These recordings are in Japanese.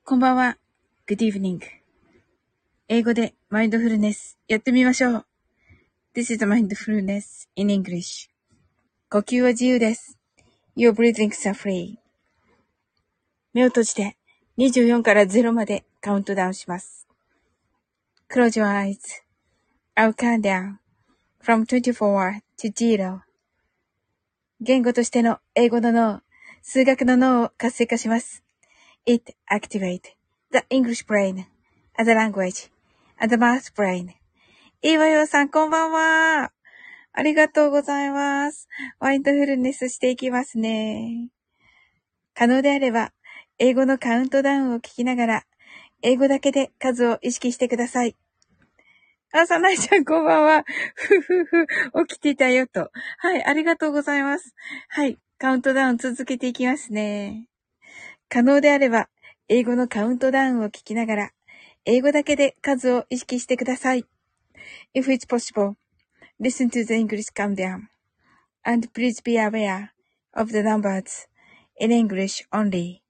こんばんは。Good evening. 英語でマインドフルネスやってみましょう。This is mindfulness in English. 呼吸は自由です。Your breathings are free. 目を閉じて24から0までカウントダウンします。Close your eyes. I'll count down from 24 to 0. 言語としての英語の脳、数学の脳を活性化します。It activates the English brain as a language and the math brain. いいわよさん、こんばんは。ありがとうございます。マインドフルネスしていきますね。可能であれば、英語のカウントダウンを聞きながら、英語だけで数を意識してください。あ、さなえちゃん、こんばんは。起きていたよと。はい、ありがとうございます。はい、カウントダウン続けていきますね。可能であれば、英語のカウントダウンを聞きながら、英語だけで数を意識してください。If it's possible, listen to the English countdown, and please be aware of the numbers in English only.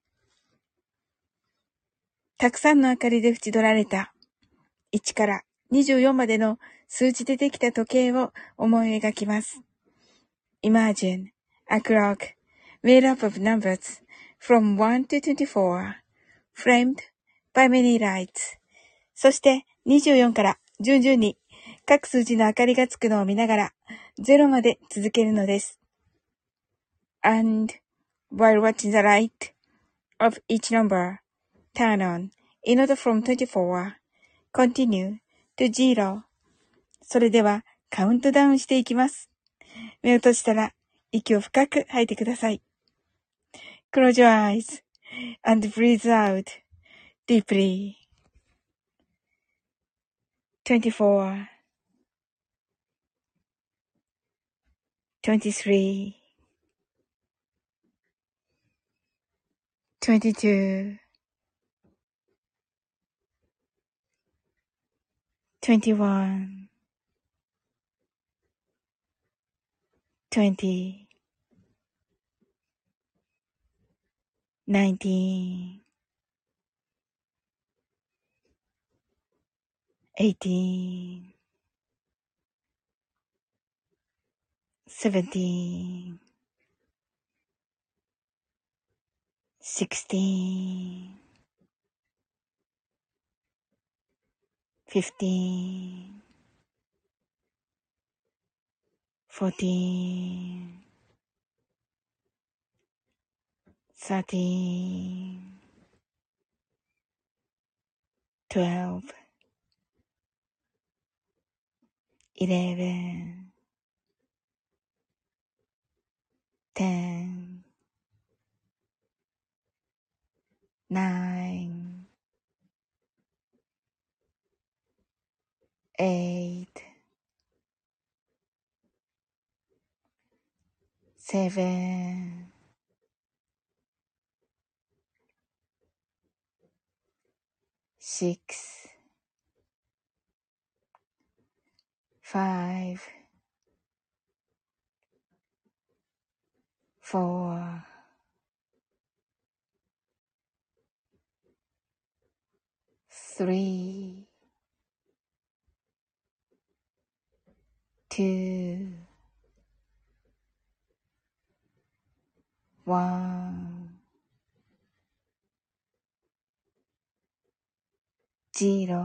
たくさんの明かりで縁取られた1から24までの数字でできた時計を思い描きます。Imagine a clock made up of numbers from 1 to 24, framed by many lights. そして24から順々に各数字の明かりがつくのを見ながら0まで続けるのです。And while watching the light of each number turn on in order from 24, continue to 0. それではカウントダウンしていきます。目を閉じたら息を深く吐いてください。Close your eyes and breathe out deeply. 24, 23, 22, 21, 20, 19, 18, 17, 16, 15, 14, 13, 12, 11, 10, 9, 8, 7, 6, 5, 4, 3, 2, 1, 0。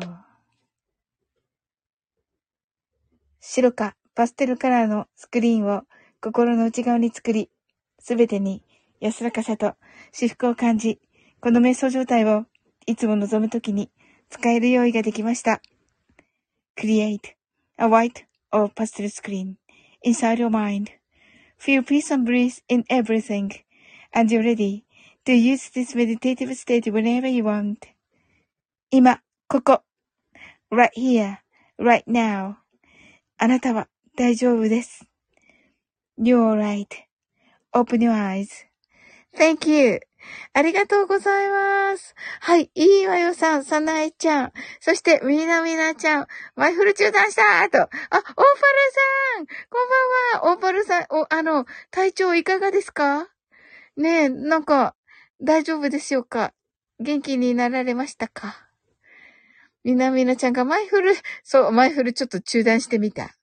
白かパステルカラーのスクリーンを心の内側に作り、すべてに安らかさと至福を感じ、この瞑想状態をいつも望むときに使える用意ができました。Create a white or pastel screen inside your mind. Feel peace and bliss in everything, and you're ready to use this meditative state whenever you want. 今、ここ、right here, right now. あなたは大丈夫です。You're right.Open your eyes. Thank you. ありがとうございます。はい、いいわよさん、さなえちゃん。そして、みなちゃん。マイフル中断したと。あ、オーパルさんこんばんは。オーパルさん、体調いかがですかねえ、なんか、大丈夫でしょうか元気になられましたか？みなみなちゃんがマイフルちょっと中断してみた。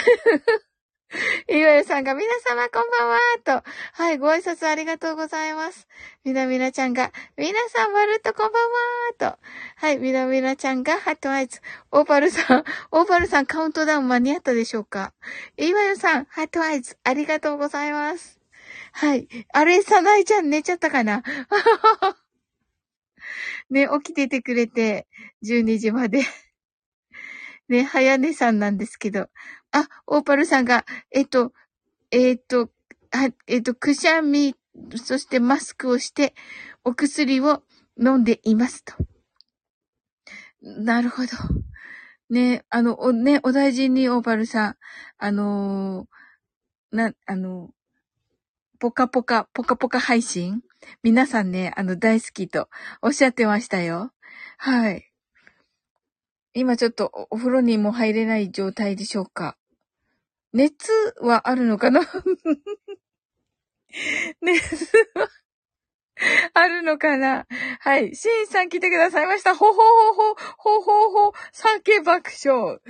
いわゆさんが皆様こんばんはと。はい、ご挨拶ありがとうございます。みなみなちゃんが皆さんまるっとこんばんはと。はい、みなみなちゃんがハットアイズ。オーパルさんカウントダウン間に合ったでしょうか？いわゆさん、ハットアイズありがとうございます。はい。あれ、さなえちゃん寝ちゃったかなね、起きててくれて、12時まで。ね、早寝さんなんですけど。あ、オーパルさんが、くしゃみ、そしてマスクをして、お薬を飲んでいますと。なるほど。ね、お大事にオーパルさん、ポカポカ配信皆さんね、大好きとおっしゃってましたよ。はい。今ちょっとお風呂にも入れない状態でしょうか。熱はあるのかな熱はあるのかな。はい。シンさん来てくださいました。ほほほほ、ほほほ、酒爆笑。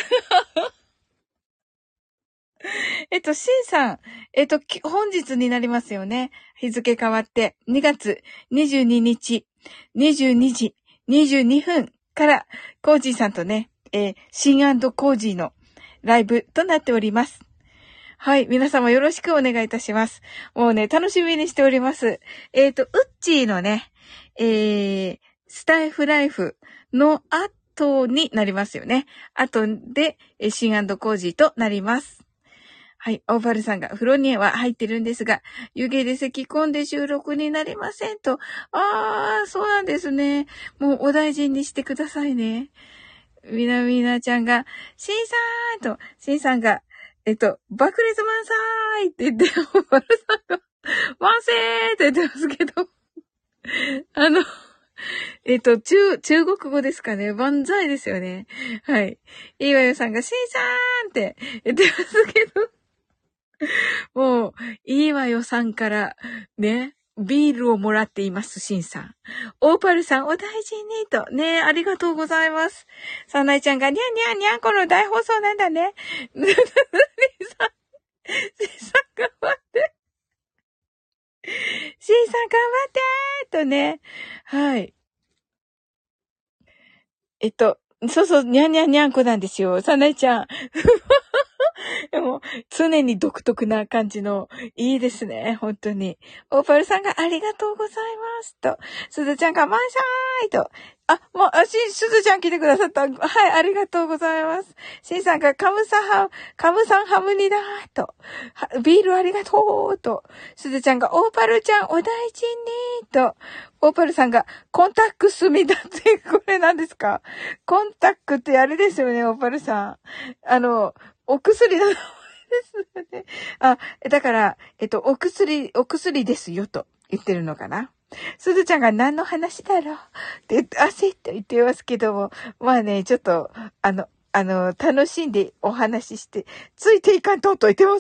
シンさん、本日になりますよね。日付変わって、2月22日、22時22分から、コージーさんとね、シン&コージーのライブとなっております。はい。皆様よろしくお願いいたします。もうね、楽しみにしております。ウッチーのね、スタイフライフの後になりますよね。後で、シン&コージーとなります。はい。オーバルさんが風呂には入ってるんですが、湯気で咳込んで収録になりませんと。そうなんですね。もうお大事にしてくださいね。みなちゃんが、シンさーんと、シンさんが、爆裂満載って言って、オーバルさんが、万世って言ってますけど、中国語ですかね。万歳ですよね。はい。いいわよさんが、シンさーんって言ってますけど、もう、いいわよさんから、ね、ビールをもらっています、シンさん。オーパルさん、お大事にと。ね、ありがとうございます。サナイちゃんが、にゃんにゃんにゃん、この大放送なんだね。シンさん、頑張って。シンさん、頑張ってとね。はい。そう、にゃんにゃんにゃんこなんですよ。サナイちゃん。でも、常に独特な感じの、いいですね、本当に。オーパルさんがありがとうございますと。すずちゃんが満載と。すずちゃん来てくださった。はい、ありがとうございます。しんさんがカムサンハムニだと。ビールありがとうと。すずちゃんがオーパルちゃんお大事にと。オーパルさんがコンタックスミだって、これ何ですか？コンタックってあれですよね、オーパルさん。お薬の名前ですよね。だから、お薬ですよと言ってるのかな。すずちゃんが何の話だろうって焦って言ってますけども、まあね、ちょっと、楽しんでお話しして、ついていかんと言ってます。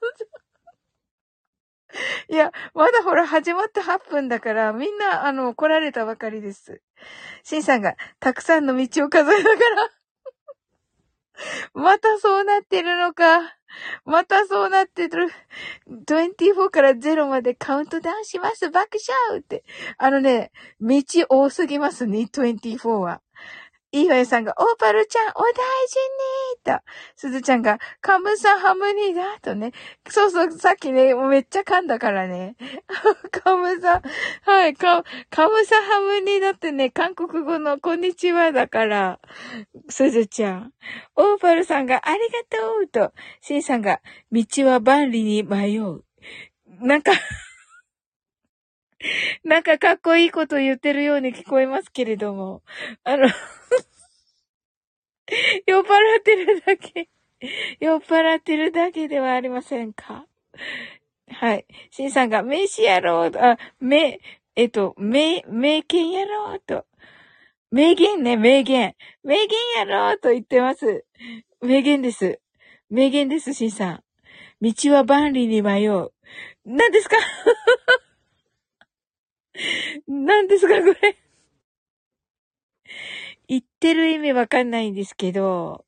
いや、まだほら始まって8分だから、みんな、来られたばかりです。シンさんがたくさんの道を数えながら、またそうなってるのか。またそうなってる。24から0までカウントダウンします。爆笑って。道多すぎますね、24は。いいわよさんが、オーパルちゃん、お大事にと。すずちゃんが、カムサハムニだとね。そう、さっきね、めっちゃ噛んだからね。はい、カムサハムニだってね、韓国語のこんにちはだから、すずちゃん。オーパルさんが、ありがとうと。シンさんが、道は万里に迷う。なんかかっこいいこと言ってるように聞こえますけれども。酔っ払ってるだけ。酔っ払ってるだけではありませんか。はい。シンさんが、名詞やろうと、名言やろうと。名言ね、名言。名言やろうと言ってます。名言です。名言です、シンさん。道は万里に迷う。何ですか何ですか、これ。言ってる意味わかんないんですけど、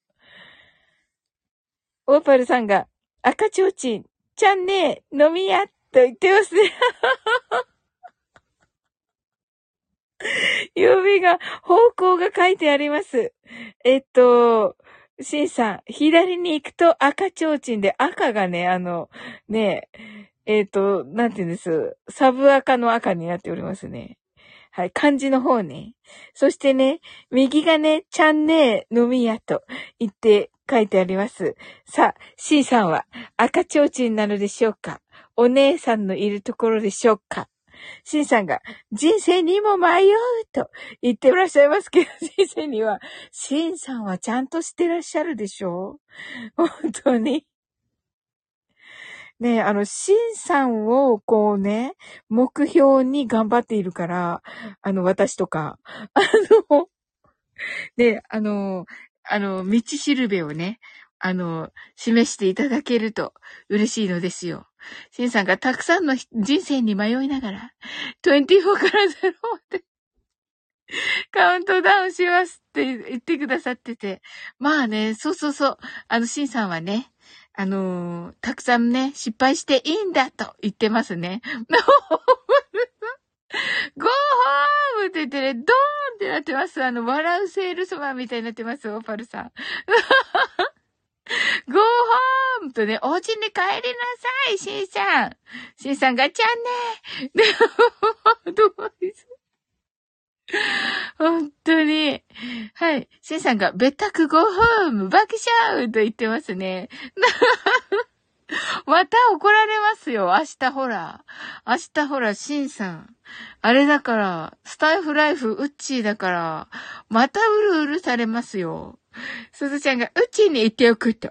オーパルさんが、赤ちょうちん、ちゃんね飲み屋と言ってますね。指が、方向が書いてあります。シンさん、左に行くと赤ちょうちんで、赤がね、ね、なんて言うんです。サブ赤の赤になっておりますね。はい、漢字の方ね。そしてね、右がね、ちゃんね飲み屋と言って書いてあります。さあ、C さんは赤ちょうちんなのでしょうか？お姉さんのいるところでしょうか？シンさんが、人生にも迷うと言ってらっしゃいますけど、人生には、シンさんはちゃんとしてらっしゃるでしょう？本当に。ねえ、シンさんを、こうね、目標に頑張っているから、私とか、の、で、道しるべをね、示していただけると嬉しいのですよ。シンさんがたくさんの人生に迷いながら、24から0までカウントダウンしますって言ってくださってて。まあね、そうそうそう。シンさんはね、たくさんね、失敗していいんだと言ってますね。ゴーホームって言ってね、ドーンってなってます。笑うセールスマンみたいになってます、オーパルさん。ゴーホームとね、お家に帰りなさい、シンさん。シンさんがちゃんね。どうです本当に。はい。シンさんが、ベタクゴーホーム、爆笑と言ってますね。また怒られますよ。明日ほら、シンさん。あれだから、スタイフライフ、ウッチーだから、またうるうるされますよ。すずちゃんが、ウッチーに言っておくと。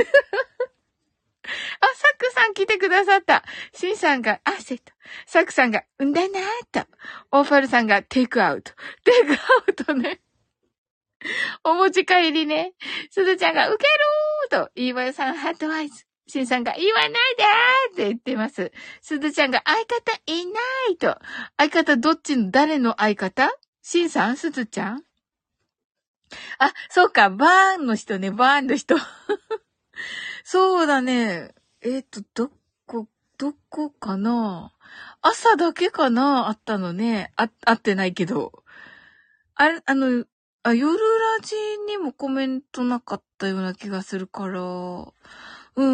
あ、サックさん来てくださった。シンさんが、汗と。サックさんが、んだなーと。オーファルさんが、テイクアウト。テイクアウトね。お持ち帰りね。すずちゃんが、ウケるーと。イーワヨさん、ハートアイズ。シンさんが、言わないでーって言ってます。すずちゃんが、相方いないと。相方どっちの、誰の相方？シンさん？すずちゃん？あ、そうか、バーンの人ね、バーンの人。そうだね。どこかな？朝だけかな？あったのね。会ってないけど。あれ、夜ラジにもコメントなかったような気がするから。うん。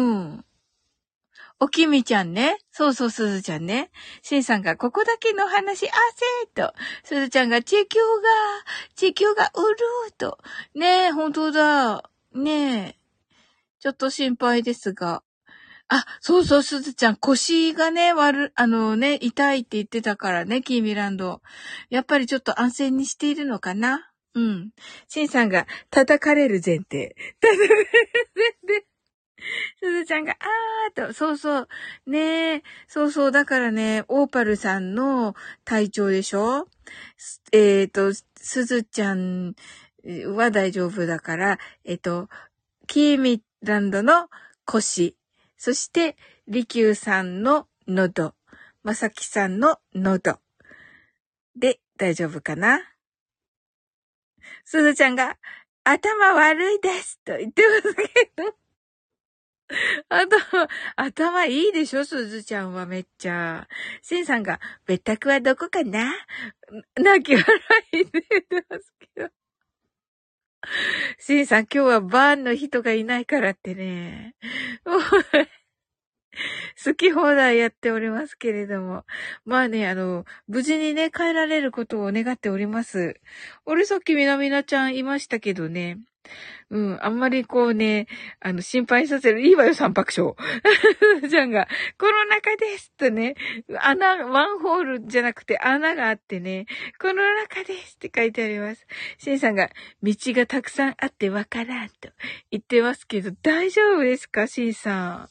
おきみちゃんね。そうそう、すずちゃんね。しんさんが、ここだけの話、あせーと。すずちゃんが、地球がうるーと。ねえ、ほんとだ。ねえ。ちょっと心配ですが。あ、そうそう、すずちゃん、腰がね、痛いって言ってたからね、キーミランド。やっぱりちょっと安静にしているのかな？うん。シンさんが、叩かれる前提。叩かれる前提。すずちゃんが、そうそう。ねえ。そうそう。だからね、オーパルさんの体調でしょ？すずちゃんは大丈夫だから、キーミランドの腰。そして、リキューさんの喉。まさきさんの喉。で、大丈夫かな？すずちゃんが、頭悪いですと言ってますけど。頭いいでしょすずちゃんはめっちゃ。シンさんが、別宅はどこかな？泣き笑いで言ってますけど。シンさん今日はバーンの人がいないからってね。好き放題やっておりますけれども。まあね、無事にね、帰られることを願っております。俺さっきみなみなちゃんいましたけどね。うん、あんまりこうね、心配させる。いいわよ、三白章。ちゃんが、この中ですとね、ワンホールじゃなくて穴があってね、この中ですって書いてあります。シンさんが、道がたくさんあってわからんと言ってますけど、大丈夫ですか、シンさん。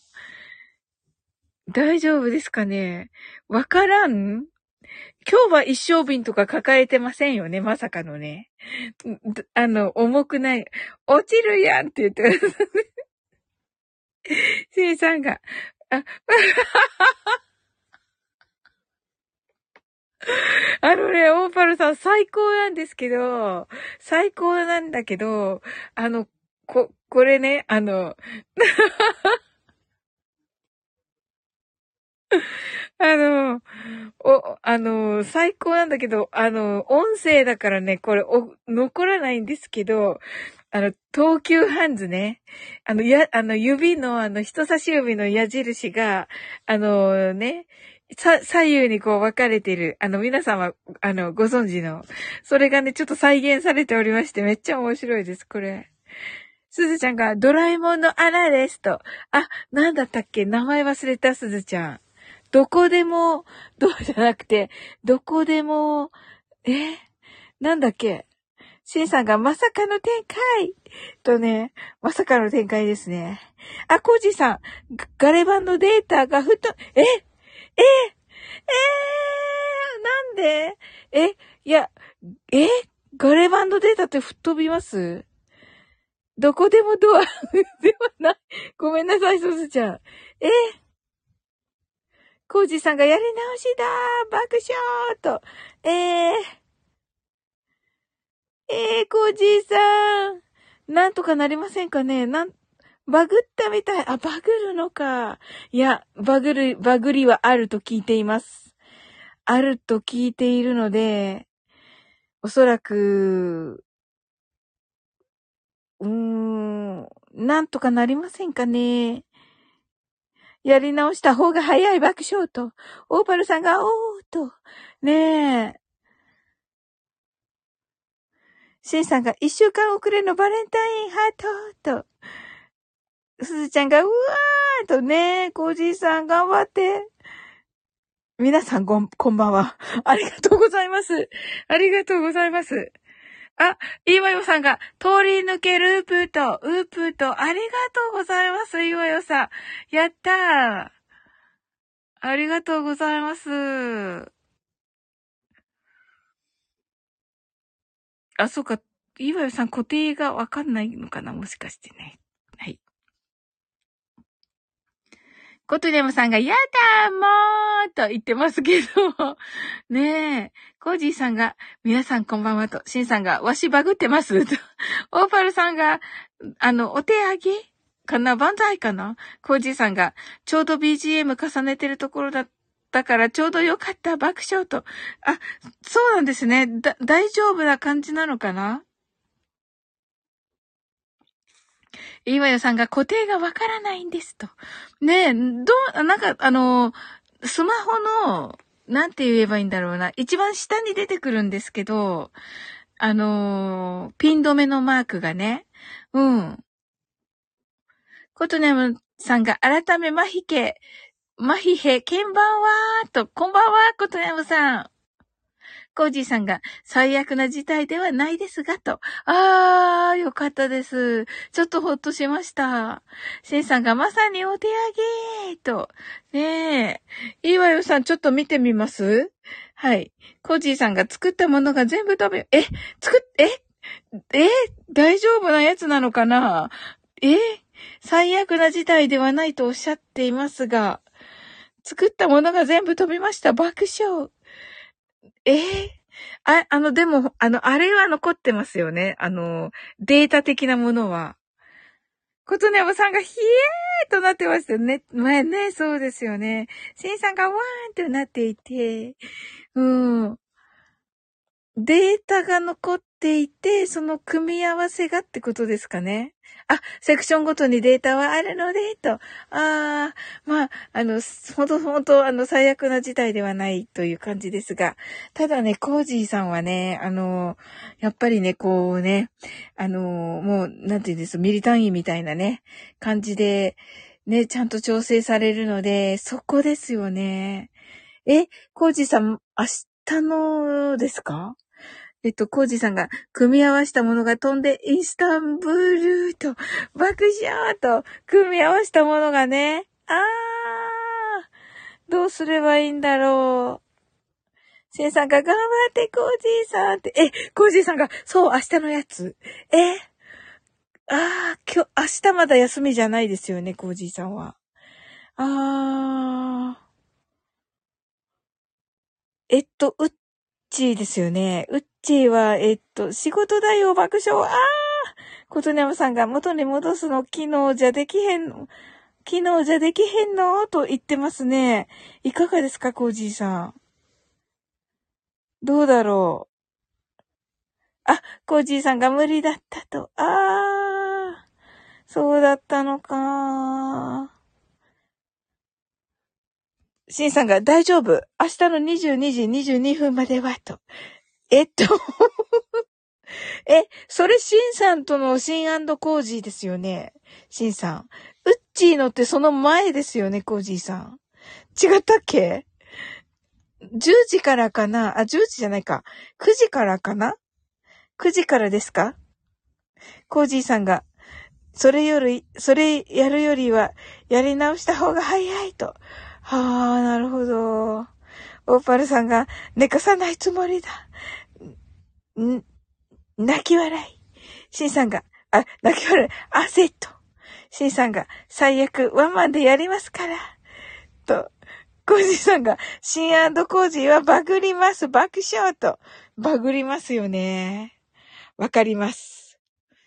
大丈夫ですかね？わからん？今日は一升瓶とか抱えてませんよね、まさかのね。重くない。落ちるやんって言ってください。シンさんが、 オーパルさん最高なんですけど、最高なんだけど、これね、あの、最高なんだけど、音声だからね、これ、残らないんですけど、東急ハンズね。指の人差し指の矢印が、左右にこう分かれてる。皆さんは、ご存知の。それがね、ちょっと再現されておりまして、めっちゃ面白いです、これ。すずちゃんが、ドラえもんの穴ですと。あ、なんだったっけ名前忘れた、すずちゃん。どこでも、じゃなくて、どこでも、なんだっけシンさんがまさかの展開とね、まさかの展開ですね。あ、コージーさん、ガレ版のデータがなんでいや、ガレ版のデータって吹っ飛びますどこでもドアではない。ごめんなさい、すずちゃん。コージーさんがやり直しだ爆笑と。コージーさん。なんとかなりませんかねバグったみたい。あ、バグるのか。いや、バグりはあると聞いています。あると聞いているので、おそらく、なんとかなりませんかね。やり直した方が早い爆笑と。オーパルさんが、おーと。ねえ。シンさんが一週間遅れのバレンタインハートと。すずちゃんが、うわーとね、コージーさん頑張って。皆さんこんばんは。ありがとうございます。ありがとうございます。あ、いわよさんが、通り抜けループと、ウープと、ありがとうございます、いわよさん。やったー。ありがとうございます。あ、そうか。いわよさん固定がわかんないのかなもしかしてね。はい。コトネムさんが、やだーもーと言ってますけど。ねえ。コージーさんが、皆さんこんばんはと。シンさんが、わしバグってますと。オーパルさんが、お手上げかな万歳かなコージーさんが、ちょうど BGM 重ねてるところだったからちょうどよかった爆笑と。あ、そうなんですね。大丈夫な感じなのかないわよさんが固定がわからないんですと。ねえ、なんか、スマホの、なんて言えばいいんだろうな。一番下に出てくるんですけど、ピン止めのマークがね。うん。コトネムさんが改めマヒヘ、けんばんはーと、こんばんは、コトネムさん。コージーさんが最悪な事態ではないですが、と。よかったです。ちょっとほっとしました。シンさんがまさにお手上げと。ねえ。いいわよさん、ちょっと見てみますはい。コージーさんが作ったものが全部大丈夫なやつなのかな最悪な事態ではないとおっしゃっていますが、作ったものが全部飛びました。爆笑。ええでも、あれは残ってますよね。データ的なものは。ことねおさんがヒエーとなってましたよね。前ね、そうですよね。シンさんがワーンってなっていて、うん。データが残っていて、その組み合わせがってことですかね。あ、セクションごとにデータはあるので、と。まあ、ほんと、最悪な事態ではないという感じですが、ただね、コージーさんはね、やっぱりね、こうね、もう、なんていうんです、ミリ単位みたいなね、感じで、ね、ちゃんと調整されるので、そこですよね。コージーさん、明日のですかコージさんが、組み合わせたものが飛んで、インスタンブールと、爆笑と、組み合わせたものがね、どうすればいいんだろう。シンさんが、頑張って、コージーさんって、コージーさんが、そう、明日のやつ。明日まだ休みじゃないですよね、コージーさんは。打っチーですよね。うっちーは、仕事だよ、爆笑。ことねまさんが元に戻すの、昨日じゃできへんのと言ってますね。いかがですか、コージーさん。どうだろう。コージーさんが無理だったと。そうだったのか。シンさんが大丈夫。明日の22時22分まではと。それシンさんとのシン&コージーですよね。シンさん。ウッチーのってその前ですよね、コージーさん。違ったっけ？ 10 時からかな10時じゃないか。9時からかな ?9 時からですか？コージーさんが、それやるよりは、やり直した方が早いと。なるほど。オーパルさんが、寝かさないつもりだ。泣き笑い。シンさんが、泣き笑い、焦っと。シンさんが、最悪、ワンマンでやりますから。と、コージーさんが、シン&コージーはバグります。爆笑と。バグりますよね。わかります。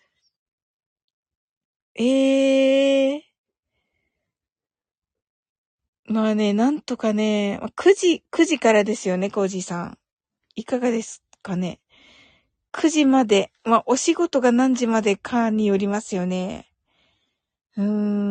まあね、なんとかね、9時からですよね、コージーさん。いかがですかね。9時まで。お仕事が何時までかによりますよね。コ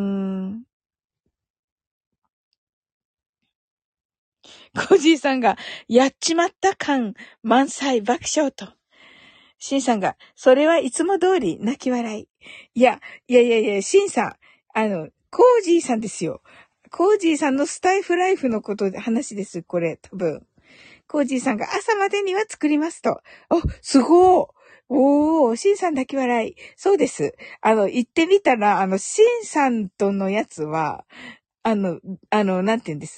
ージーさんが、やっちまった感満載爆笑と。シンさんが、それはいつも通り泣き笑い。いや、シンさん、コージーさんですよ。コージーさんのスタイフライフのことで話です、これ、多分。コージーさんが朝までには作りますと。すごー。シンさん泣き笑い。そうです。言ってみたら、シンさんとのやつは、なんて言うんです。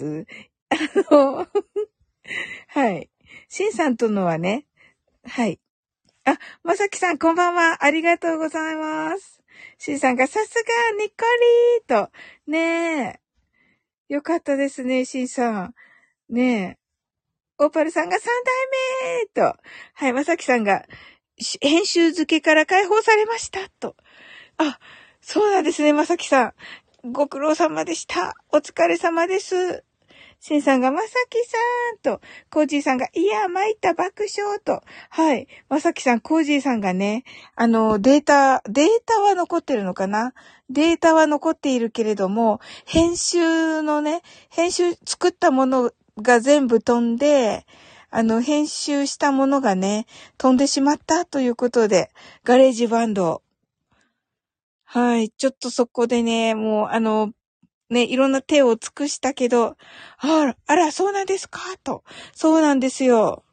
はい。シンさんとのはね、はい。まさきさんこんばんは。ありがとうございます。シンさんがさすが、にっこりーと。ねえ。よかったですね、シンさん。ねえ。オーパルさんが3代目と。はい、まさきさんが、編集付けから解放されましたと。そうなんですね、まさきさん。ご苦労様でした。お疲れ様です。シンさんがまさきさんと、コージーさんが、いや、参った爆笑と。はい。まさきさん、コージーさんがね、データは残ってるのかな？データは残っているけれども、編集作ったものが全部飛んで、編集したものがね、飛んでしまったということで、ガレージバンド。はい。ちょっとそこでね、もうね、いろんな手を尽くしたけど、あら、そうなんですかと。そうなんですよ。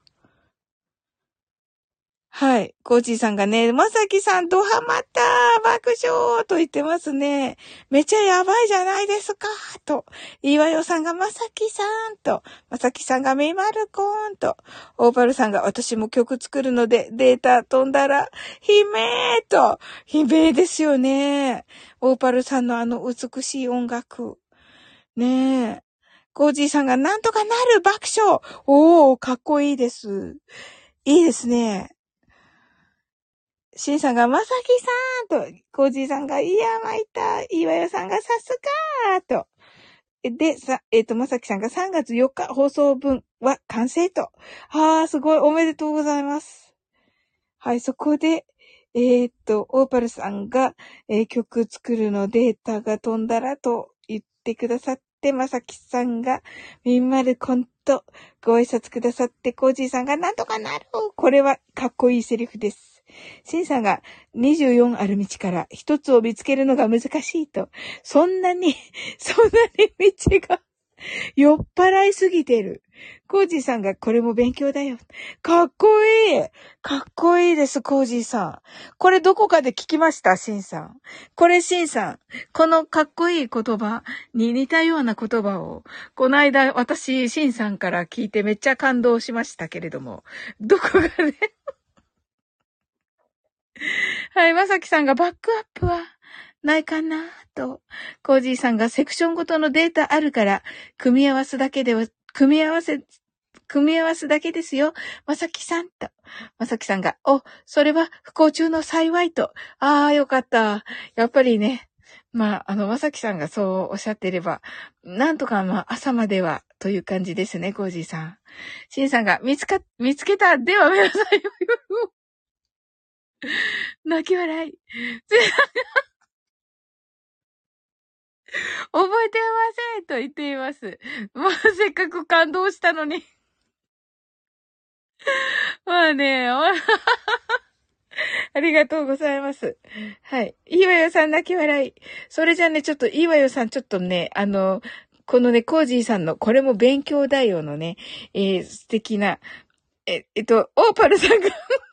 はい。コーチーさんがね、まさきさんドハマった爆笑と言ってますね。めちゃやばいじゃないですかと。岩代さんがまさきさんと。まさきさんがメマルコーンと。オーパルさんが私も曲作るのでデータ飛んだら、悲鳴と。悲鳴ですよね。オーパルさんの美しい音楽。ねえ。コージーさんがなんとかなる爆笑。かっこいいです。いいですね。シンさんがまさきさんと、コージーさんがいや、参った。岩代さんがさすがと。で、まさきさんが3月4日放送分は完成と。すごい。おめでとうございます。はい、そこで、オーパルさんが、曲作るのデータが飛んだらと言ってくださって、まさきさんが、みんまるコント、ご挨拶くださって、コージーさんがなんとかなる。これはかっこいいセリフです。シンさんが24ある道から一つを見つけるのが難しいと。そんなに道が酔っ払いすぎてる。コージーさんがこれも勉強だよ。かっこいい。かっこいいです、コージーさん。これどこかで聞きました、シンさん。これシンさん。このかっこいい言葉に似たような言葉を、この間私、シンさんから聞いてめっちゃ感動しましたけれども、どこがね。はい、まさきさんがバックアップはないかなと。コージーさんがセクションごとのデータあるから、組み合わせ組み合わすだけですよ。まさきさんと。まさきさんが、それは不幸中の幸いと。ああ、よかった。やっぱりね。まあ、まさきさんがそうおっしゃっていれば、なんとか朝までは、という感じですね、コージーさん。シンさんが、見つけた。では、皆さん、泣き笑い。覚えてませんと言っています。まあ、せっかく感動したのに。まあね、ありがとうございます。はい。いいわよさん泣き笑い。それじゃね、ちょっといいわよさん、ちょっとね、このね、コージーさんの、これも勉強だよのね、素敵な、オーパルさんが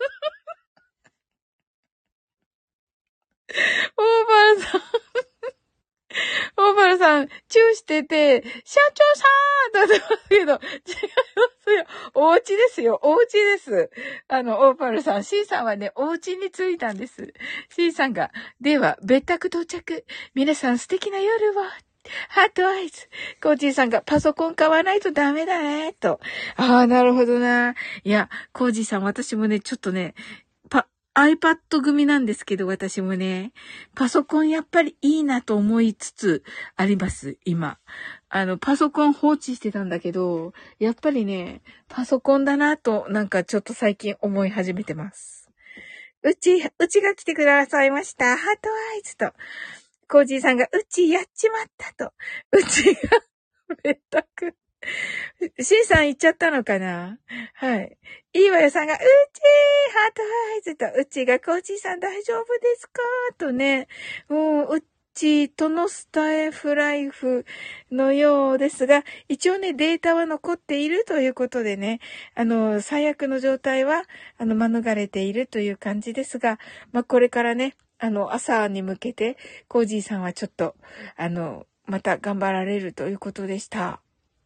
オーパルさん、オーパルさん、チューしてて、社長さんと言ってますけど、違いますよ。お家ですよ。お家です。オーパルさん、C さんはね、お家に着いたんです。C さんが、では、別宅到着。皆さん素敵な夜を。ハートアイズ。コージーさんがパソコン買わないとダメだね、と。ああ、なるほどな。いや、コージーさん、私もね、ちょっとね、iPad 組なんですけど、私もね、パソコンやっぱりいいなと思いつつあります、今。パソコン放置してたんだけど、やっぱりね、パソコンだなと、なんかちょっと最近思い始めてます。うちが来てくださいました。ハートアイズと。コージーさんが、うちやっちまったと。うちが、めったく。C さん行っちゃったのかな。はい。いいわよさんが、うちハートハイズと、うちがコージーさん大丈夫ですかとね。もう、うちとのスタイフライフのようですが、一応ね、データは残っているということでね、最悪の状態は、免れているという感じですが、まあ、これからね、朝に向けて、コージーさんはちょっと、また頑張られるということでした。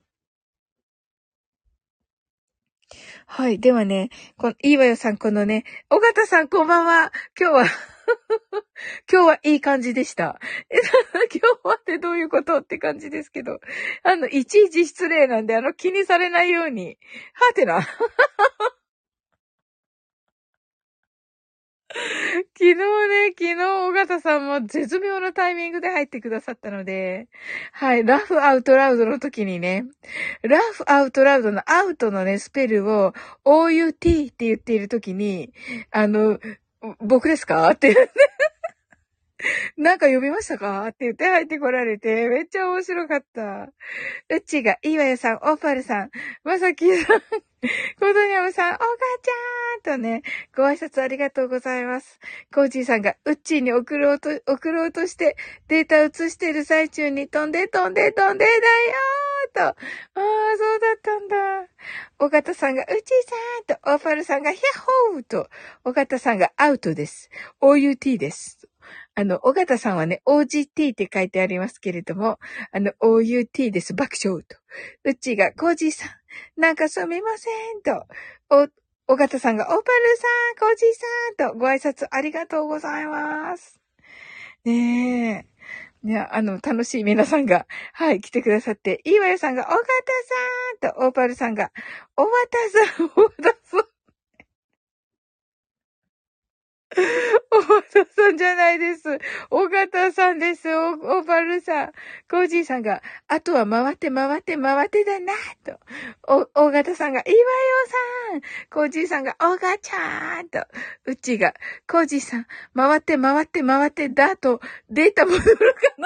はい。ではね、いいわよさん、このね、尾形さんこんばんは。今日は今日はいい感じでした。今日はってどういうことって感じですけど。いちいち失礼なんで、気にされないように。はてな。昨日、尾形さんも絶妙なタイミングで入ってくださったので、はい、ラフアウトラウドの時にね、ラフアウトラウドのアウトのね、スペルを OUT って言っている時に、僕ですかってなんか読みましたかって言って入ってこられて、めっちゃ面白かった。うっちが、いわやさん、オーパルさん、まさきさん、コドニャムさん、お母ちゃんとね、ご挨拶ありがとうございます。コージーさんが、うっちーに送ろうとして、データ移してる最中に飛んでだよーと。ああ、そうだったんだ。尾形さんが、うちーさんと、オーパルさんが、ヒャッホーと、尾形さんが、アウトです。OUT です。尾形さんはね、OGT って書いてありますけれども、OUT です。爆笑と。うちが、コージーさん、なんかすみませんと。尾形さんが、オーパルさん、コージーさんと、ご挨拶ありがとうございます。ねえ。いや、楽しい皆さんが、はい、来てくださって、いいわよさんが、尾形さんと、オーパルさんが、尾形さん、おばたさんじゃないです。尾形さんです。おばるさん。コージーさんが、あとは回ってだな、と。尾形さんが、いわよさん。コージーさんが、おがちゃん、と。うちが、コージーさん、回ってだ、と、データ戻るかな。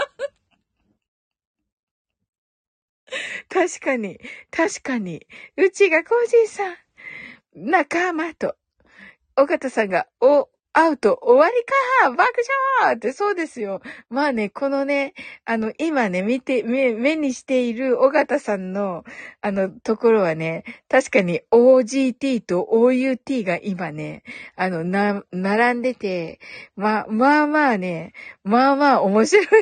確かに。うちが、コージーさん、仲間と。尾形さんが、アウト、終わりか爆笑って、そうですよ。まあね、このね、今ね、目にしている尾形さんの、ところはね、確かに OGT と OUT が今ね、並んでて、まあね、面白い。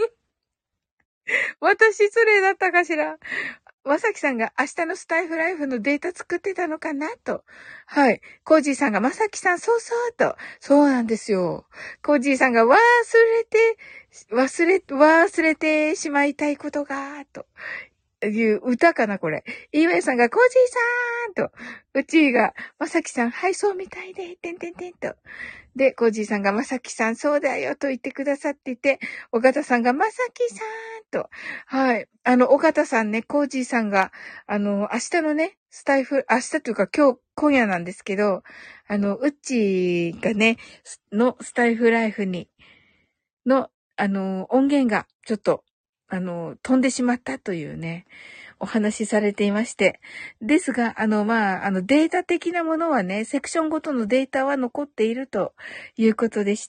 私失礼だったかしら。まさきさんが明日のスタイフライフのデータ作ってたのかなと。はい。コージーさんがまさきさん、そうと。そうなんですよ。コージーさんが忘れてしまいたいことが、と。 いう歌かな、これ。イーワイさんが、コージーさんと、うちーが、まさきさん、はい、そうみたいで、てんてんてんと。で、コージーさんが、まさきさん、そうだよ、と言ってくださっていて、岡田さんが、まさきさんと。はい。岡田さんね、コージーさんが、明日のね、明日というか今夜なんですけど、うちがね、のスタイフライフの、音源が、ちょっと、飛んでしまったというね、お話しされていまして。ですが、データ的なものはね、セクションごとのデータは残っているということでした。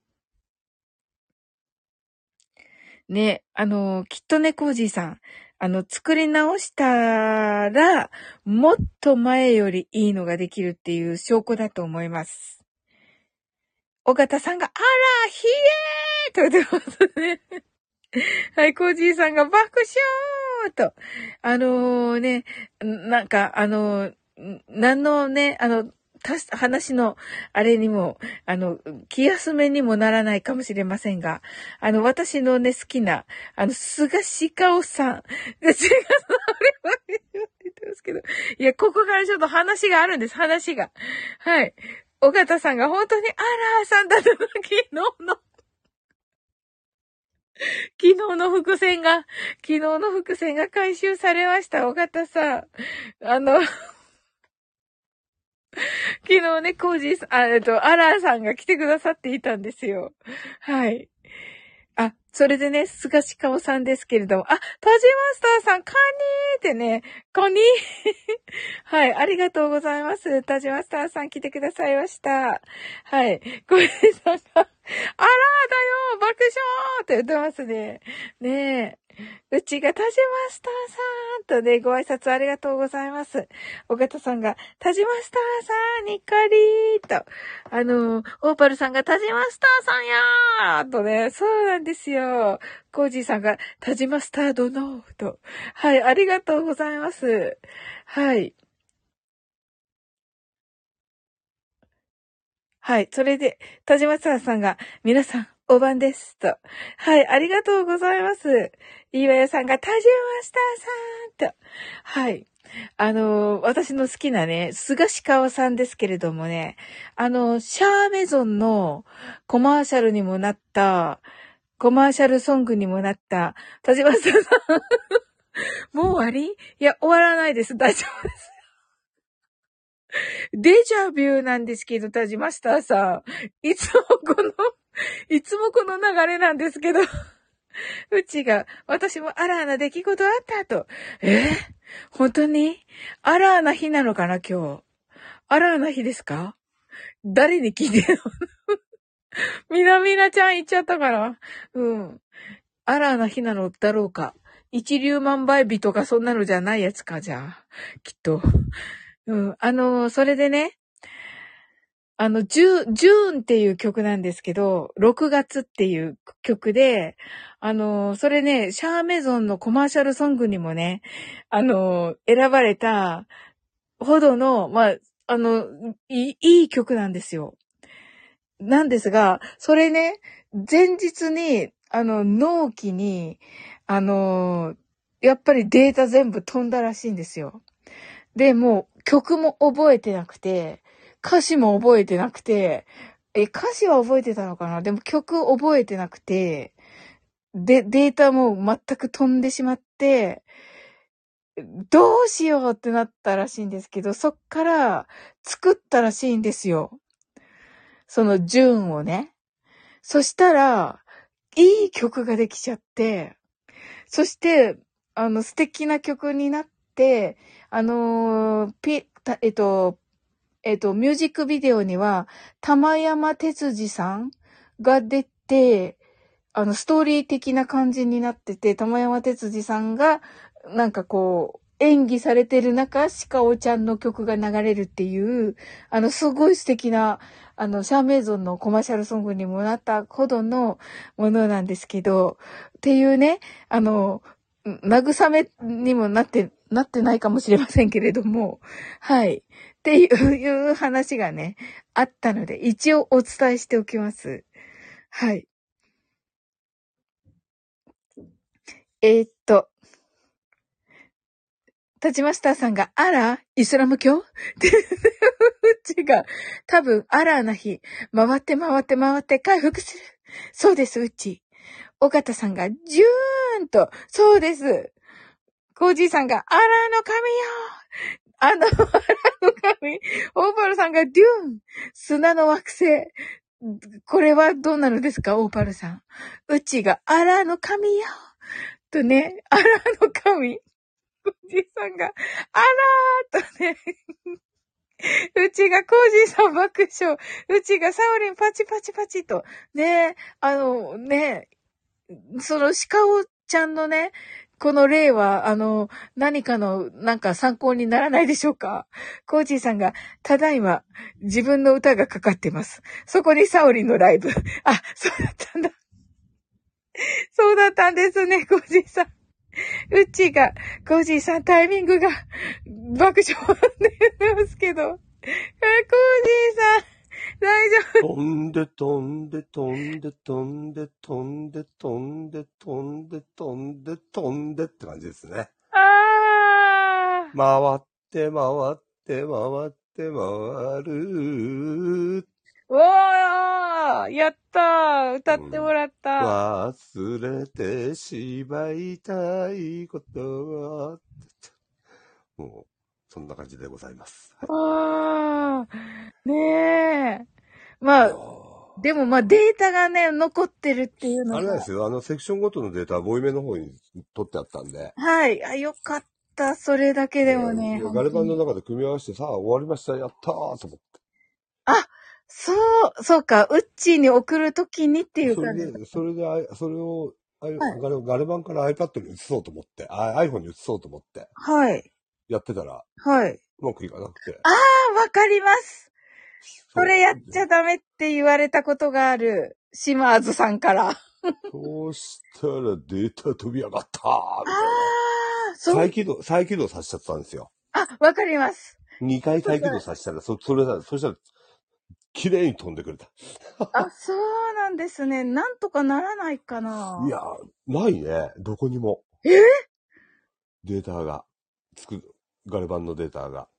ね、きっとね、コージーさん、作り直したら、もっと前よりいいのができるっていう証拠だと思います。尾形さんが、あら、ひえーと言ってますね。はい、コージーさんが爆笑と。ね、なんか、何のね、話のあれにも、気休めにもならないかもしれませんが、私のね、好きな、菅鹿尾さん。違う、それは言ってますけど。いや、ここからちょっと話があるんです、話が。はい。尾形さんが本当に、あらさんだったの、昨日の伏線が回収されました、尾形さん。昨日ね、コージーさん、アラーさんが来てくださっていたんですよ。はい。それでね、菅氏顔さんですけれども、田島スターさん、カニーってね、カニーはい、ありがとうございます。田島スターさん来てくださいました。はい。小池さんが、あらーだよ爆笑って言ってますね。ねえ。うちが田島スターさんとね、ご挨拶ありがとうございます。尾形さんが、田島スターさん、にっかりーと。オーパルさんが、田島スターさんやーとね、そうなんですよ。コージーさんが、田島スター殿と。はい、ありがとうございます。はい。はい。それで、田島さんが、皆さん、お晩です。と。はい。ありがとうございます。岩屋さんが、田島スターさんと。はい。私の好きなね、菅氏川さんですけれどもね、シャーメゾンのコマーシャルにもなった、コマーシャルソングにもなった、田島さん、もう終わり？いや、終わらないです。大丈夫です。デジャビューなんですけど、田島スターさん。いつもこの流れなんですけど、うちが、私もアラーな出来事あったと。本当にアラーな日なのかな、今日。アラーな日ですか？誰に聞いてるの？みなみなちゃん言っちゃったから。うん。アラーな日なのだろうか。一粒万倍日とかそんなのじゃないやつか、じゃあ。きっと。うん。それでね、ジューンっていう曲なんですけど、6月っていう曲で、それね、シャーメゾンのコマーシャルソングにもね、選ばれたほどの、いい曲なんですよ。なんですが、それね、前日に、納期に、やっぱりデータ全部飛んだらしいんですよ。で、もう曲も覚えてなくて、歌詞も覚えてなくて、歌詞は覚えてたのかな？でも曲覚えてなくて、で、データも全く飛んでしまって、どうしようってなったらしいんですけど、そっから作ったらしいんですよ。そのジューンをね。そしたら、いい曲ができちゃって、そして、素敵な曲になって、あのーピ、たえっと、ミュージックビデオには、玉山哲司さんが出て、ストーリー的な感じになってて、玉山哲司さんが、なんかこう、演技されてる中、鹿尾ちゃんの曲が流れるっていう、すごい素敵な、シャーメイゾンのコマーシャルソングにもなったほどのものなんですけど、っていうね、慰めにもなってないかもしれませんけれども、はい。っていう話がね、あったので、一応お伝えしておきます。はい。えーっと、 タジマスターさんが、あらイスラム教って、うちが、多分、アラーな日、回って回って回って回復する。そうです、うち。尾形さんが、ジューンと、そうです。コージーさんが、アラーの神よアラーの神。オーパルさんが、デューン砂の惑星。これはどうなのですか、オーパルさん。うちが、アラーの神よとね、アラーの神。コージーさんが、あらーとね、うちがコージーさん爆笑。うちがサオリンパチパチパチと。ね、その鹿尾ちゃんのね、この例は、何かの、なんか参考にならないでしょうか。コージーさんが、ただいま、自分の歌がかかってます。そこにサオリンのライブ。あ、そうだったんだ。そうだったんですね、コージーさん。うっちーが、コージーさんタイミングが爆笑で言ってますけど。コージーさん、大丈夫。 飛んで飛んで飛んで飛んで飛んで飛んで飛んで飛んで飛んでって感じですね。 あー。 回って回って回って回る。 おーやったー歌ってもらった。 忘れてしまいたいことは。もう、そんな感じでございます。 あー。ねえ。まあ、でもまあデータがね、残ってるっていうのが。 あれなんですよ。セクションごとのデータはボイメの方に取ってあったんで。 はい。あ、よかった。それだけでもね。 ガレ版の中で組み合わせてさあ、終わりました。やったーと思って。 あ、そうか。ウッチーに送るときにっていう感じ。 それを、ガレ版から iPad に移そうと思って、iPhone に移そうと思って。 はい。 やってたら。 はい。 うまくいかなくて。 ああ、わかります。それやっちゃダメって言われたことがある。島津さんから。 そうしたらデータ飛び上がったーみたいな。再起動させちゃったんですよ。 あ、わかります。 2回再起動させたら、そしたら、綺麗に飛んでくれた。 あ、そうなんですね。なんとかならないかな。 いや、ないね。どこにも。データが。ガレ版のデータが。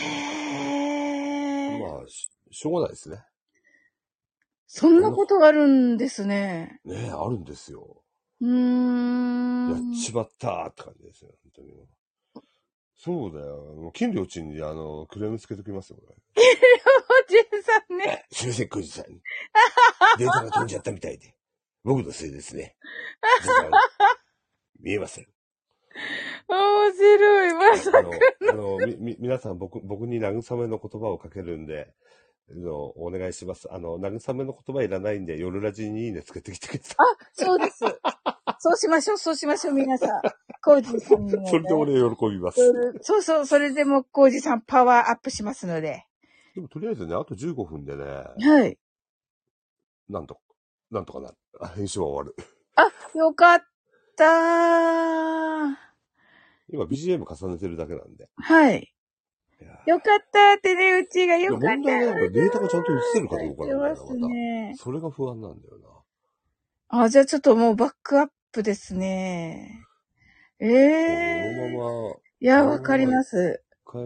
まあ、しょうがないですね。 そんなことがあるんですね。 ねえ、あるんですよ。やっちまったーって感じですよ、本当に。そうだよ。金良鎮にクレームつけときますよ、これ。 金良鎮さんね。 すいません、クイズさん。データが飛んじゃったみたいで。僕のせいですね。見えません。 面白い、まさかの。 皆さん僕に慰めの言葉をかけるんで、お願いします。慰めの言葉いらないんで、夜ラジにいいねつけてきてください。 あ、そうです。そうしましょう、皆さん。コージさんに、ね。 それで俺喜びます。 そう、それでもコージさんパワーアップしますので。 でもとりあえずね、あと15分でね。 はい。 なんとかなる。編集は終わる。 あ、よかったー。 今 BGM 重ねてるだけなんで。 はい。よかったってね、うちがよかった。 問題はやっぱデータがちゃんと映せるかどうかなんだよな、 また。それが不安なんだよな。あ、じゃあちょっともうバックアップですね。 このまま。 いや、わかります。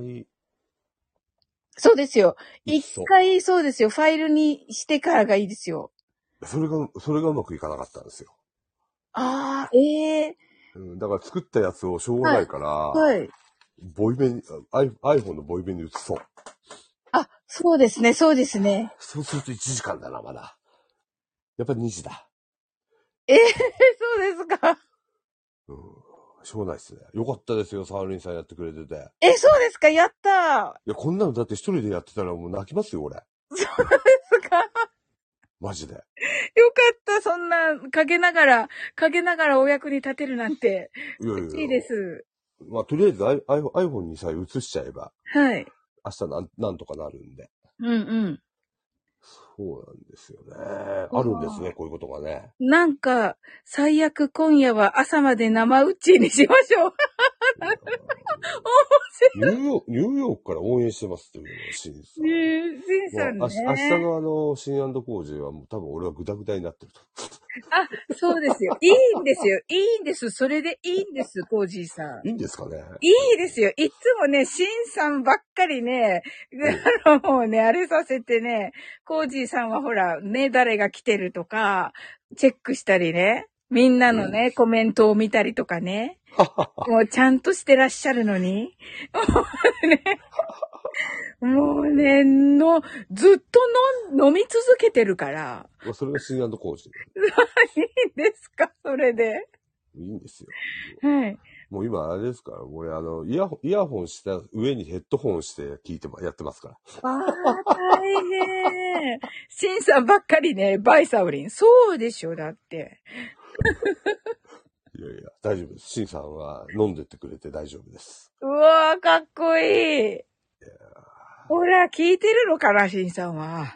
そうですよ。一回、そうですよ。ファイルにしてからがいいですよ。 それがうまくいかなかったんですよ。 ああ、 だから作ったやつをしょうがないから、 はい。 ボイメに、iPhone のボイメに移そう。 あ、そうですね。そうすると1時間だな、まだ。やっぱり2時だ。 そうですか。 しょうがないですね。よかったですよ、サーリンさんやってくれてて。 そうですか、やったー。 いや、こんなのだって一人でやってたらもう泣きますよ、俺。 そうですか。 マジで。よかった、そんな、かけながらお役に立てるなんて。いいです。 まあ、とりあえず iPhone にさえ移しちゃえば。 はい。 明日なんとかなるんで。そうなんですよね。あるんですね、こういうことがね。 なんか、最悪今夜は朝まで生打ちにしましょう。 ニューヨークから応援してますっていうのをシンさん。 シンさんね。 明日の新&工事はもう多分俺はグダグダになってると。 あ、そうですよ。いいんですよ。いいんです。それでいいんです、コージーさん。 いいんですかね。 いいですよ。いつもね、シンさんばっかりね、もうね、あれさせてね、コージーさんはほら、ね、誰が来てるとか、チェックしたりね、みんなのね、コメントを見たりとかね、もうちゃんとしてらっしゃるのに、もうね、ずっと飲み続けてるから。 それがシン&コージ。 いいんですか、それで。 いいんですよ。 はい。 もう今あれですから、俺イヤホンした上にヘッドホンして聞いてやってますから。 ああ、大変。シンさんばっかりね、バイサウリン。そうでしょ、だって。 いやいや、大丈夫です。シンさんは飲んでってくれて大丈夫です。 うわー、かっこいい。ほら、聞いてるのかな、シンさんは。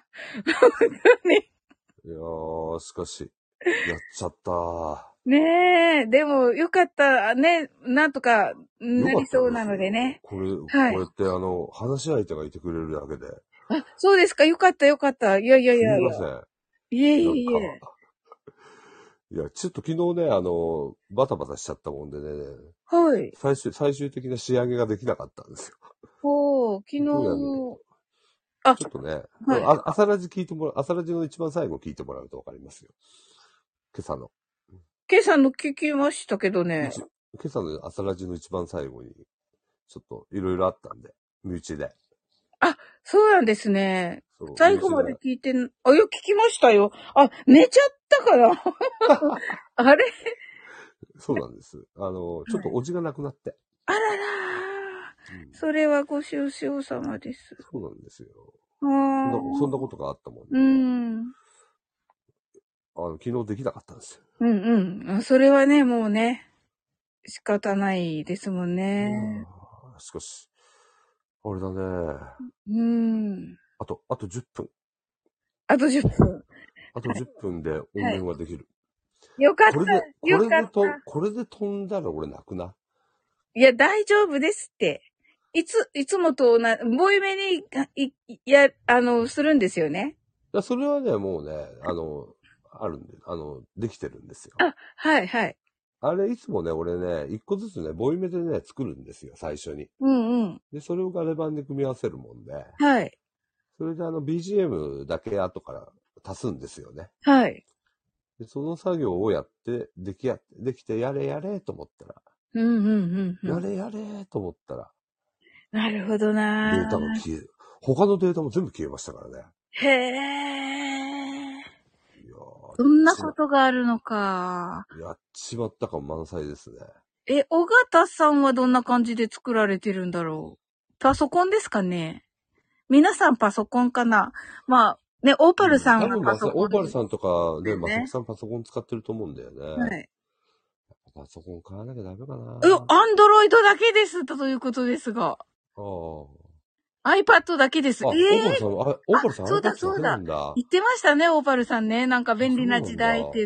いやー、しかし、やっちゃったー。 ねえ、でも、よかった、ね、なんとかなりそうなのでね。 これはいって話し相手がいてくれるだけで。 あ、そうですか、よかった、よかった。いやいやいやいや。 すみません。 いえいえいえ。 いや、ちょっと昨日ね、バタバタしちゃったもんでね、 はい。 最終的な仕上げができなかったんですよ。 昨日、あ、 ちょっとね、 はい。 朝ラジの一番最後聞いてもらうとわかりますよ。今朝の。 今朝の聞きましたけどね。 今朝の朝ラジの一番最後に、ちょっといろいろあったんで、身内で。 あ、そうなんですね。最後まで聞いて聞きましたよ。あ、寝ちゃったかなあれそうなんです。ちょっとおじがなくなって。 あらら、それはご愁傷様です。 そうなんですよ。 そんなことがあったもんで。昨日できなかったんですよ。それはね、もうね、仕方ないですもんね。 しかし、あれだね。あと10分。 あと10分。 あと10分で音源ができる。 よかった。よかった。 これで飛んだら俺泣くな。 いや、大丈夫ですって。いつもとボイメに、するんですよね。 いや、それはね、もうね、あるんで、できてるんですよ。 あ、はいはい。 あれ、いつもね、俺ね、一個ずつね、ボイメでね、作るんですよ、最初に。で、それをガレ版で組み合わせるもんで。 はい。 それでBGM だけ後から足すんですよね。 はい。 で、その作業をやって、できて、やれと思ったら。やれと思ったら。 なるほどなデータが消える。他のデータも全部消えましたからね。 へえ。いやどんなことがあるのか。 やっちまった感満載ですね。 尾形さんはどんな感じで作られてるんだろう。パソコンですかね。皆さんパソコンかな。まあ、ね、オーパルさんはパソコン、 オーパルさんとかね、まさきさんパソコン使ってると思うんだよね。はい。パソコン買わなきゃダメかな。 アンドロイドだけですということですが。iPad だけです。 オーパルさん、 そうだそうだ。言ってましたね、オーパルさんね。なんか便利な時代って言って。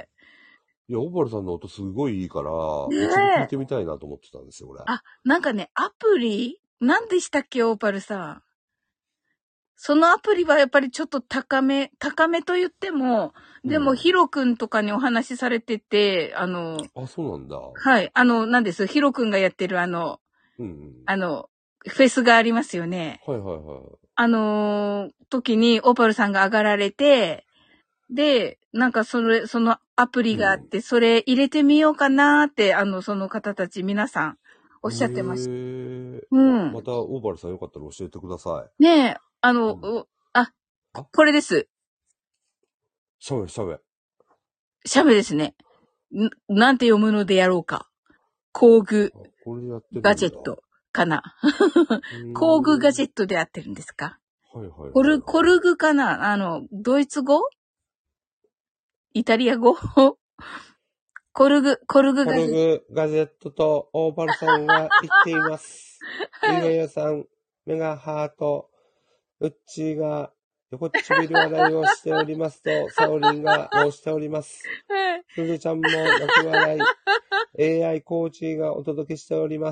いや、オーパルさんの音すごいいいから、一度聞いてみたいなと思ってたんですよ、俺。 なんかね、アプリ何でしたっけ、オーパルさん。そのアプリはやっぱりちょっと高めと言っても、でもヒロくんとかにお話しされてて、 そうなんだ。 はい、なんです、ヒロくんがやってるフェスがありますよね。 はいはいはい。 時にオーパルさんが上がられて、で、なんかそのアプリがあって、それ入れてみようかなーって、その方たち皆さんおっしゃってました。 またオーパルさんよかったら教えてください。 ねえ、これです。 シャベですね。なんて読むのでやろうか。工具ガジェットかな。工具ガジェットで合ってるんですか？ はいはい。 コルグかな？ドイツ語？イタリア語？コルグガジェットとオーバルさんが言っています。はい。ゆよさん、メガハート、うっちーが横唇笑いをしておりますと、サオリンが申しております。はい。すずちゃんも泣き笑い、AI コーチがお届けしております。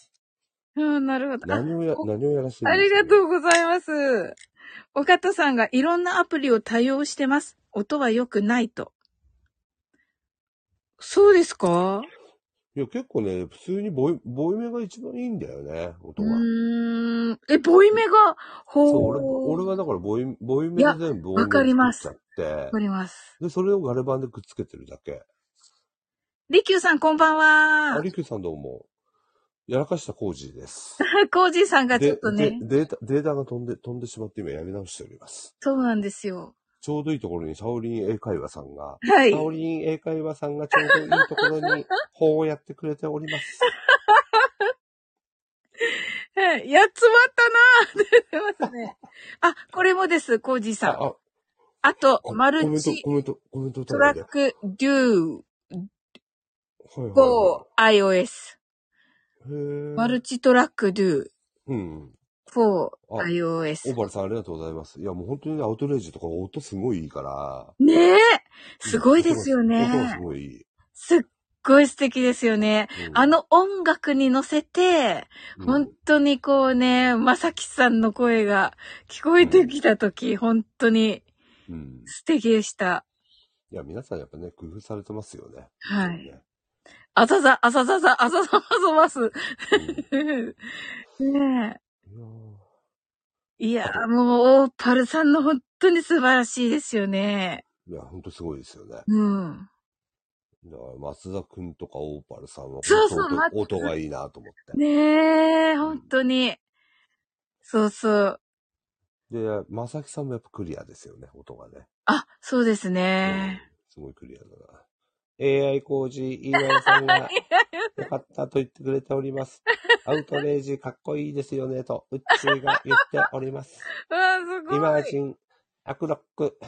なるほど。何をやらせてるんですか？ありがとうございます。岡田さんがいろんなアプリを多用してます。音は良くないと。 そうですか？ いや、結構ね、普通にボイメが一番いいんだよね、音が。 ボイメが、 そう、 ほー。 俺はだからボイいや、 メで全部わか音源ります。 作っちゃって、 わかります。 で、それをガレ版でくっつけてるだけ。 りきゅうさんこんばんは。 リキューさんどうも。やらかしたコージーです。 コージーさんがちょっで、 とね。 データが飛んでしまって今やり直しております。 そうなんですよ。 ちょうどいいところにサオリン英会話さんが、 はい。 サオリン英会話さんがちょうどいいところに本をやってくれております。 はい。やっつまったなーって言ってますね。あ、これもです、コージーさん。あと、マルチコメントトラックデューはいはい for はい。 iOS。マルチトラックデューうん。 for オ iOS。 ーバルさんありがとうございます。いやもう本当にね、アウトレイジとか音すごいいいから。 ねえ、すごいですよね。 音がすごいいい。 すっごい素敵ですよね。あの音楽に乗せて、本当にこうね、まさきさんの声が聞こえてきたとき、本当に素敵でした。 いや、皆さんやっぱね、工夫されてますよね。 はい。あざざます。ねえ。いや、もう、オーパルさんの本当に素晴らしいですよね。 いや、本当すごいですよね。 うん。 だから松田くんとかオーパルさんはそう本当音がいいなと思って。 ねえ、本当に。そうそう。 で、まさきさんもやっぱクリアですよね、音がね。 あ、そうですね。 すごいクリアだな。AI 工事、岩井さんがよかったと言ってくれております。アウトレイジかっこいいですよね、と、うっちーが言っております。 わあ、すごい。 イマージン、アクロック。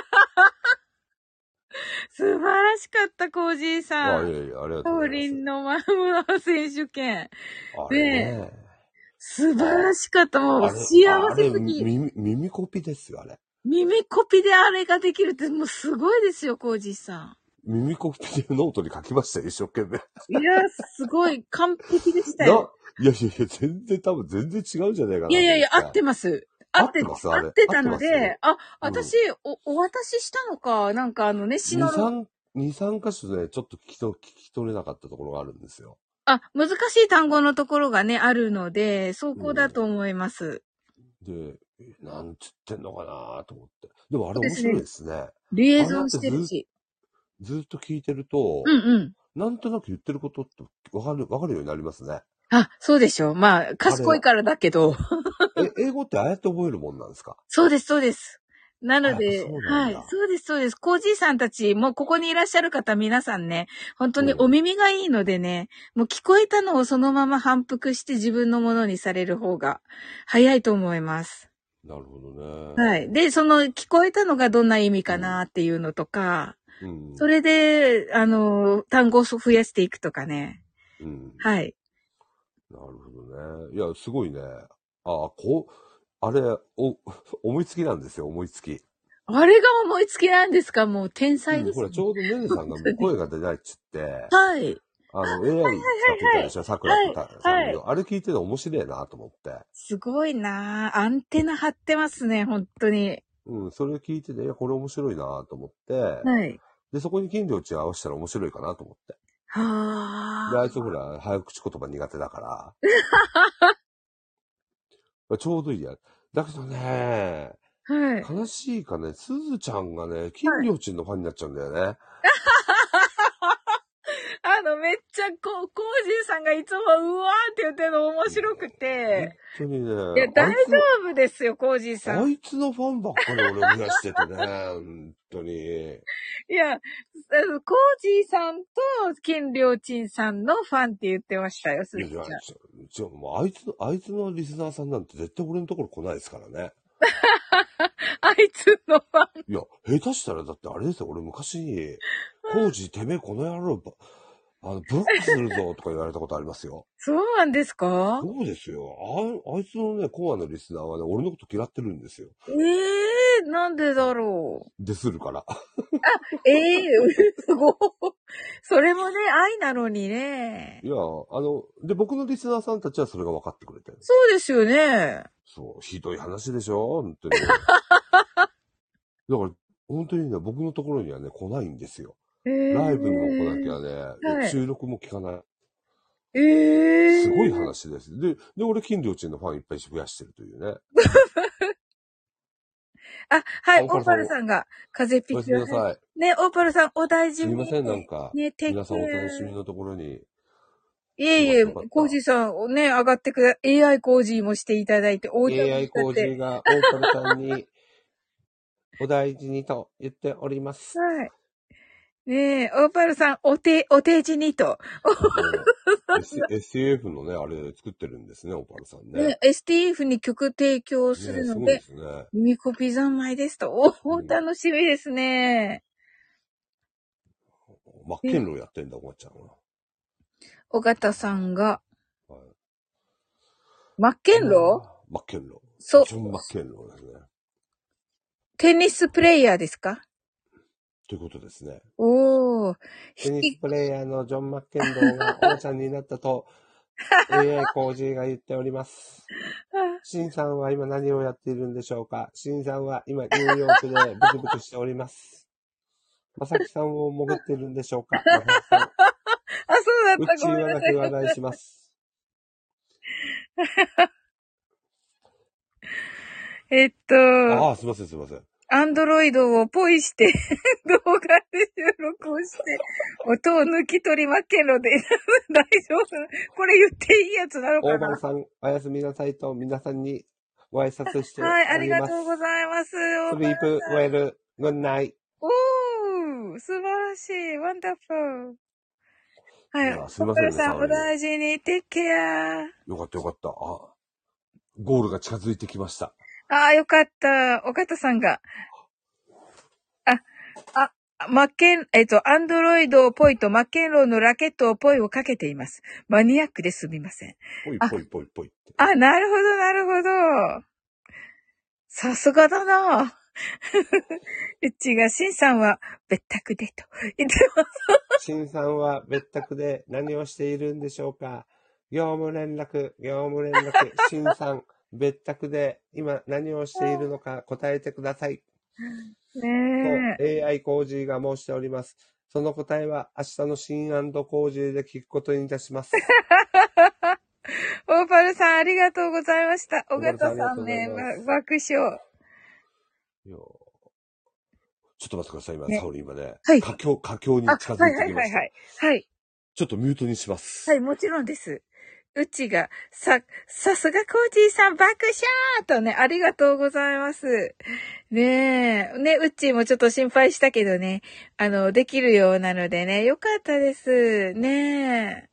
素晴らしかった、コージーさん。 いやいや、ありがとうございます。 東林のマムラ選手権。 あれね。 素晴らしかった。もう、幸せすぎ。 耳コピですよ、あれ。 耳コピであれができるって、もうすごいですよ、コージーさん。 耳コピでノートに書きましたよ、一生懸命。 いや、すごい、完璧でしたよ。 いや、全然違うんじゃないかな。 いや、合ってます。合ってたので、私、お渡ししたのか、なんか詩の。 2、3箇所ね、ちょっと聞き取れなかったところがあるんですよ。 難しい単語のところがね、あるので、そこだと思います。 で、なんつってんのかなと思って。でもあれ面白いですね。 リエゾンしてるし。 ずっと聞いてると、なんとなく言ってることってわかるようになりますね。 あ、そうでしょう。まあ、賢いからだけど。 英語ってああやって覚えるもんなんですか？ そうです。なので、はい。そうです。コージーさんたち、もうここにいらっしゃる方皆さんね、本当にお耳がいいのでね、もう聞こえたのをそのまま反復して自分のものにされる方が早いと思います。 なるほどね。 はい。で、その聞こえたのがどんな意味かなっていうのとか、それで、単語を増やしていくとかね。はい。 なるほどね。いや、すごいね。あれ、思いつきなんですよ、思いつき。 あれが思いつきなんですか？もう天才です、ね。 ほら、ちょうどねねさんが声が出ないっつって。 はい。 AI 使ってたでしょ、さくらさんの。あれ聞いてて面白いなと思って。 すごいなアンテナ張ってますね、本当に。 それ聞いてて、これ面白いなと思って。 はい。 で、そこに金良地合わせたら面白いかなと思って。で、あいつほら、早口言葉苦手だから。ちょうどいいや。だけどね、 はい。 悲しいかね、すずちゃんがね、金良地のファンになっちゃうんだよね。 めっちゃコージーさんがいつもうわーって言ってるの面白くて。 本当にね。 いや、大丈夫ですよ、コージーさん。 あいつのファンばっかり俺増やしててね、本当に。 いや、コージーさんと金良鎮さんのファンって言ってましたよ、すずちゃん。 違う、もうあいつのリスナーさんなんて絶対俺のところ来ないですからね。 あいつのファン。 いや、下手したらだってあれですよ、俺昔、コージてめえこの野郎、ブロックするぞとか言われたことありますよ。 そうなんですか？ そうですよ。あいつのね、コアのリスナーはね、俺のこと嫌ってるんですよ。 なんでだろう。 でするから。 すごい。それもね、愛なのにね。 いや、で、僕のリスナーさんたちはそれが分かってくれてる。 そうですよね。 そう、ひどい話でしょ本当に。だから、本当にね、僕のところにはね、来ないんですよ。でライブにも来なきゃね、 はい。 収録も聞かない。 すすごい話です。で、俺、金良ちんのファンいっぱい増やしてるというね。 あ、はい、 オーパルさん、 オーパルさんが風邪おやすぴきを。 みなさい。 ね、オーパルさんお大事に。 すみません、なんか、 ね、テ皆さんおッケ楽しみのところにいえいえ、 来てもらってよかっコージーさんをね、上がってAI コージーもしていただいて、おた。 歌も AI 歌って。 工事がオーパルさんにお大事にと言っております。 はい。ねえ、オーパルさん、お定時にと。 STF のね、あれ作ってるんですね、オーパルさんね。 ね、STF に曲提供すね、 るので、 すごいですね。 ミコピザンマイですと。お、楽しみですね。 マッケンローやってんだ、おばちゃんは。 尾形さんが、 はい、 マッケンローマッケンロー。 そう。 ジョン・マッケンローですね。 テニスプレイヤーですかということですね。 おー。 テニスプレイヤーのジョン・マッケンローが王ちゃんになったと AI 工事が言っております。シンさんは今何をやっているんでしょうか。シンさんは今ニューヨークでブクブクしております。まさきさんを潜っているんでしょうか。まさきさん。 あ、そうだった。 うっちーはだけ話題します。ああ、すいません、すいません。 アンドロイドをポイして動画で収録をして、音を抜き取りマッケンロで大丈夫これ言っていいやつなのかなオーバルさん、おやすみなさいと皆さんにご挨拶しております。 はい、ありがとうございます。 スリープ、ウェル、グッナイ。 おー、素晴らしい。ワンダフル。はい。 いや、すいませんね、 さん、お大事に。テッケア。 よかったよかった。あ、ゴールが近づいてきました。 ああ、よかった。岡田さんが。アンドロイドをポイとマッケンローのラケットをポイをかけています。マニアックですみません。 ポイポイポイポイって。 あ、なるほど、なるほど。さすがだな。うちが、シンさんは別宅でと言ってます。 シンさんは別宅で何をしているんでしょうか。業務連絡。シンさん、別宅で今何をしているのか答えてください。 ねえ。と AI 工事が申しております。その答えは明日のシン&工事で聞くことにいたします。 オーパルさん、ありがとうございました。尾形さんね、爆笑。 ちょっと待ってください、今、 ね、 サオリ今ね。 はい。 佳境に近づいてきました。 はい。 ちょっとミュートにします。 はい、もちろんです。うちが、さすがコージーさん爆笑とね、ありがとうございます。ねえ、ね、うちもちょっと心配したけどね、できるようなのでね、よかったです。ね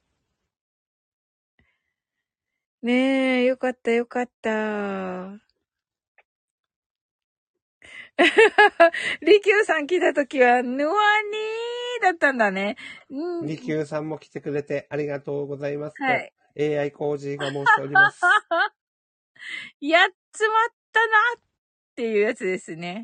え。ねえ、よかった、よかった。リキューさん来た時は、ヌワニーだったんだね。 リキューさんも来てくれてありがとうございますと、 はい、 AI 工事が申しております。 やっつまったなっていうやつですね。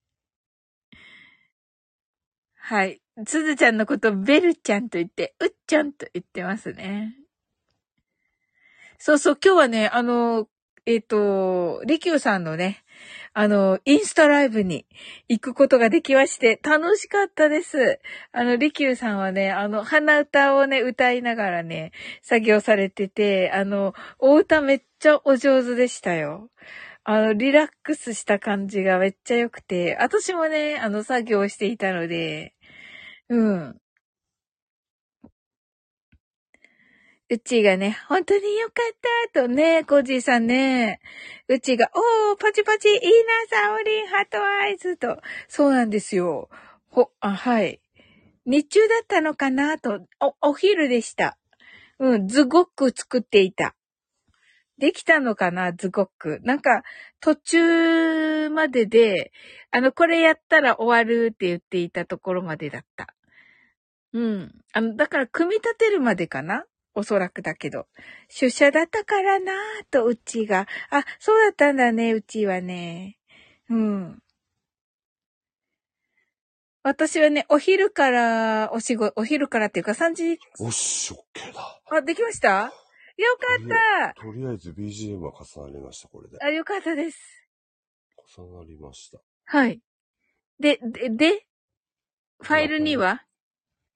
はい。すずちゃんのことベルちゃんと言って、うっちゃんと言ってますね。そうそう、今日はね、リキューさんのね、インスタライブに行くことができまして、楽しかったです。リキューさんはね、鼻歌をね、歌いながらね、作業されてて、お歌めっちゃお上手でしたよ。リラックスした感じがめっちゃ良くて、私もね、作業していたので、うん。うちがね、本当によかったとね、コージーさんね。うちが、パチパチ、いいな、サオリン、ハートアイズと。そうなんですよ。はい。日中だったのかなと、お昼でした。うん、ズゴック作っていた。できたのかな、ズゴック。なんか、途中までで、これやったら終わるって言っていたところまでだった。うん。だから、組み立てるまでかなおそらくだけど。出社だったからなぁと、うちが。あ、そうだったんだね、うちはね。うん。私はね、お昼からっていうか3時。 おし、OK だ。 あ、できましたよかった。 とりあえず BGM は重なりました、これで。 あ、よかったです。 重なりました。 はい。で、ファイルには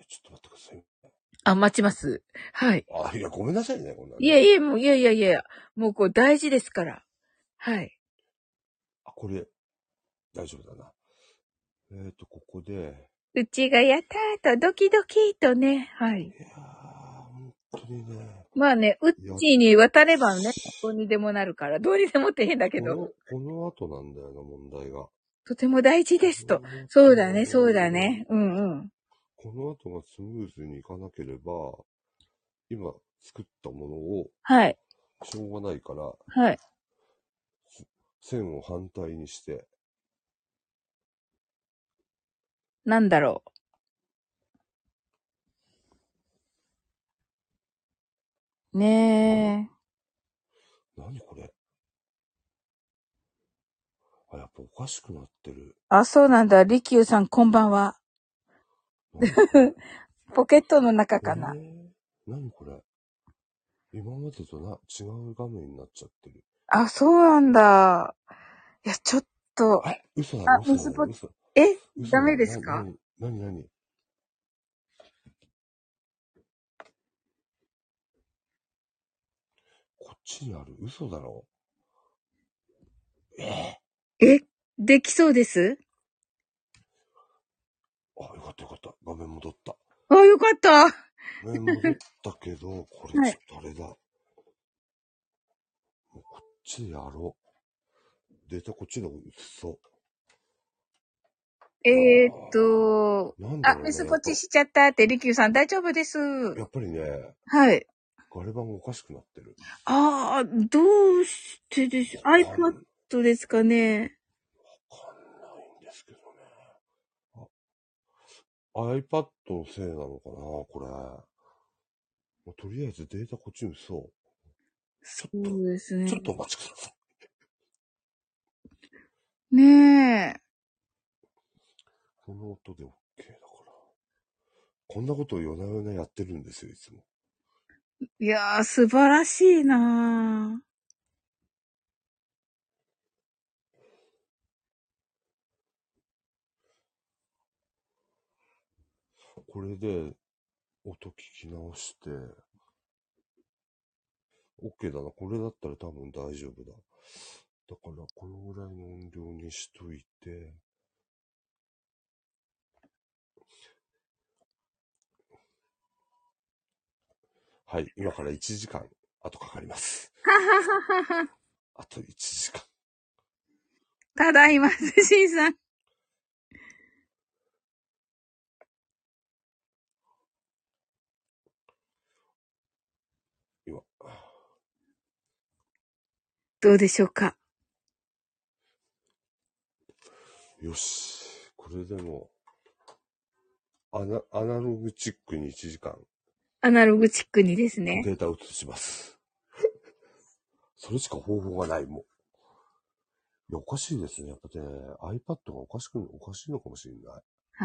ちょっと待ってください。 あ、待ちます。はい。 いや、ごめんなさいね、こんな、ね。 いやいや、もう、いやいやいや、もうこう大事ですから。はい。 これ、大丈夫だな。ここで。 うちがやったーと、ドキドキとね、はい。 いやー、本当にね。 まあね、うっちーに渡ればね、どうにでもなるから、どうにでもって変だけど。 この後なんだよな、問題が。 とても大事ですと。そうだね、そうだね。うんうん。 この後がスムーズにいかなければ、今作ったものを、 はい。 しょうがないから、 はい。 線を反対にして。 なんだろう。ねえ。何これ。やっぱおかしくなってる。 あ、そうなんだ。リキューさん、こんばんは。ポケットの中かな。 何これ。今までと違う画面になっちゃってる。 あ、そうなんだ。いや、ちょっと。 嘘だろ、嘘だろ、嘘。 ダメですか？ 何こっちにある。嘘だろ。 できそうです？ よかったよかった。画面戻った。 よかった。 画面戻ったけど、これちょっとあれだ。もうこっちでやろう。データこっちで嘘。 ミスポチしちゃったってリキューさん大丈夫です。 やっぱりね。 はい。 ガレ版がおかしくなってる。 どうしてです？ iPad ですかね？ わかんないんですけどね。iPad のせいなのかな、これ。とりあえずデータこっちに嘘。 そうですね。 ちょっとお待ちください。ねえ。 この音で OK だから。こんなことを夜な夜なやってるんですよ、いつも。 いやー、素晴らしいなー。 これで、音聞き直して、OK だな。これだったら多分大丈夫だ。だから、このぐらいの音量にしといて、はい、今から1時間、あとかかります。あと1時間。 ただいま、寿司さん。 今。 どうでしょうか？ よし。これでも、アナログチックに1時間。 アナログチックにですね。 データを移します。それしか方法がないもん。いや、おかしいですね。やっぱね、iPad がおかしいのかもしれない。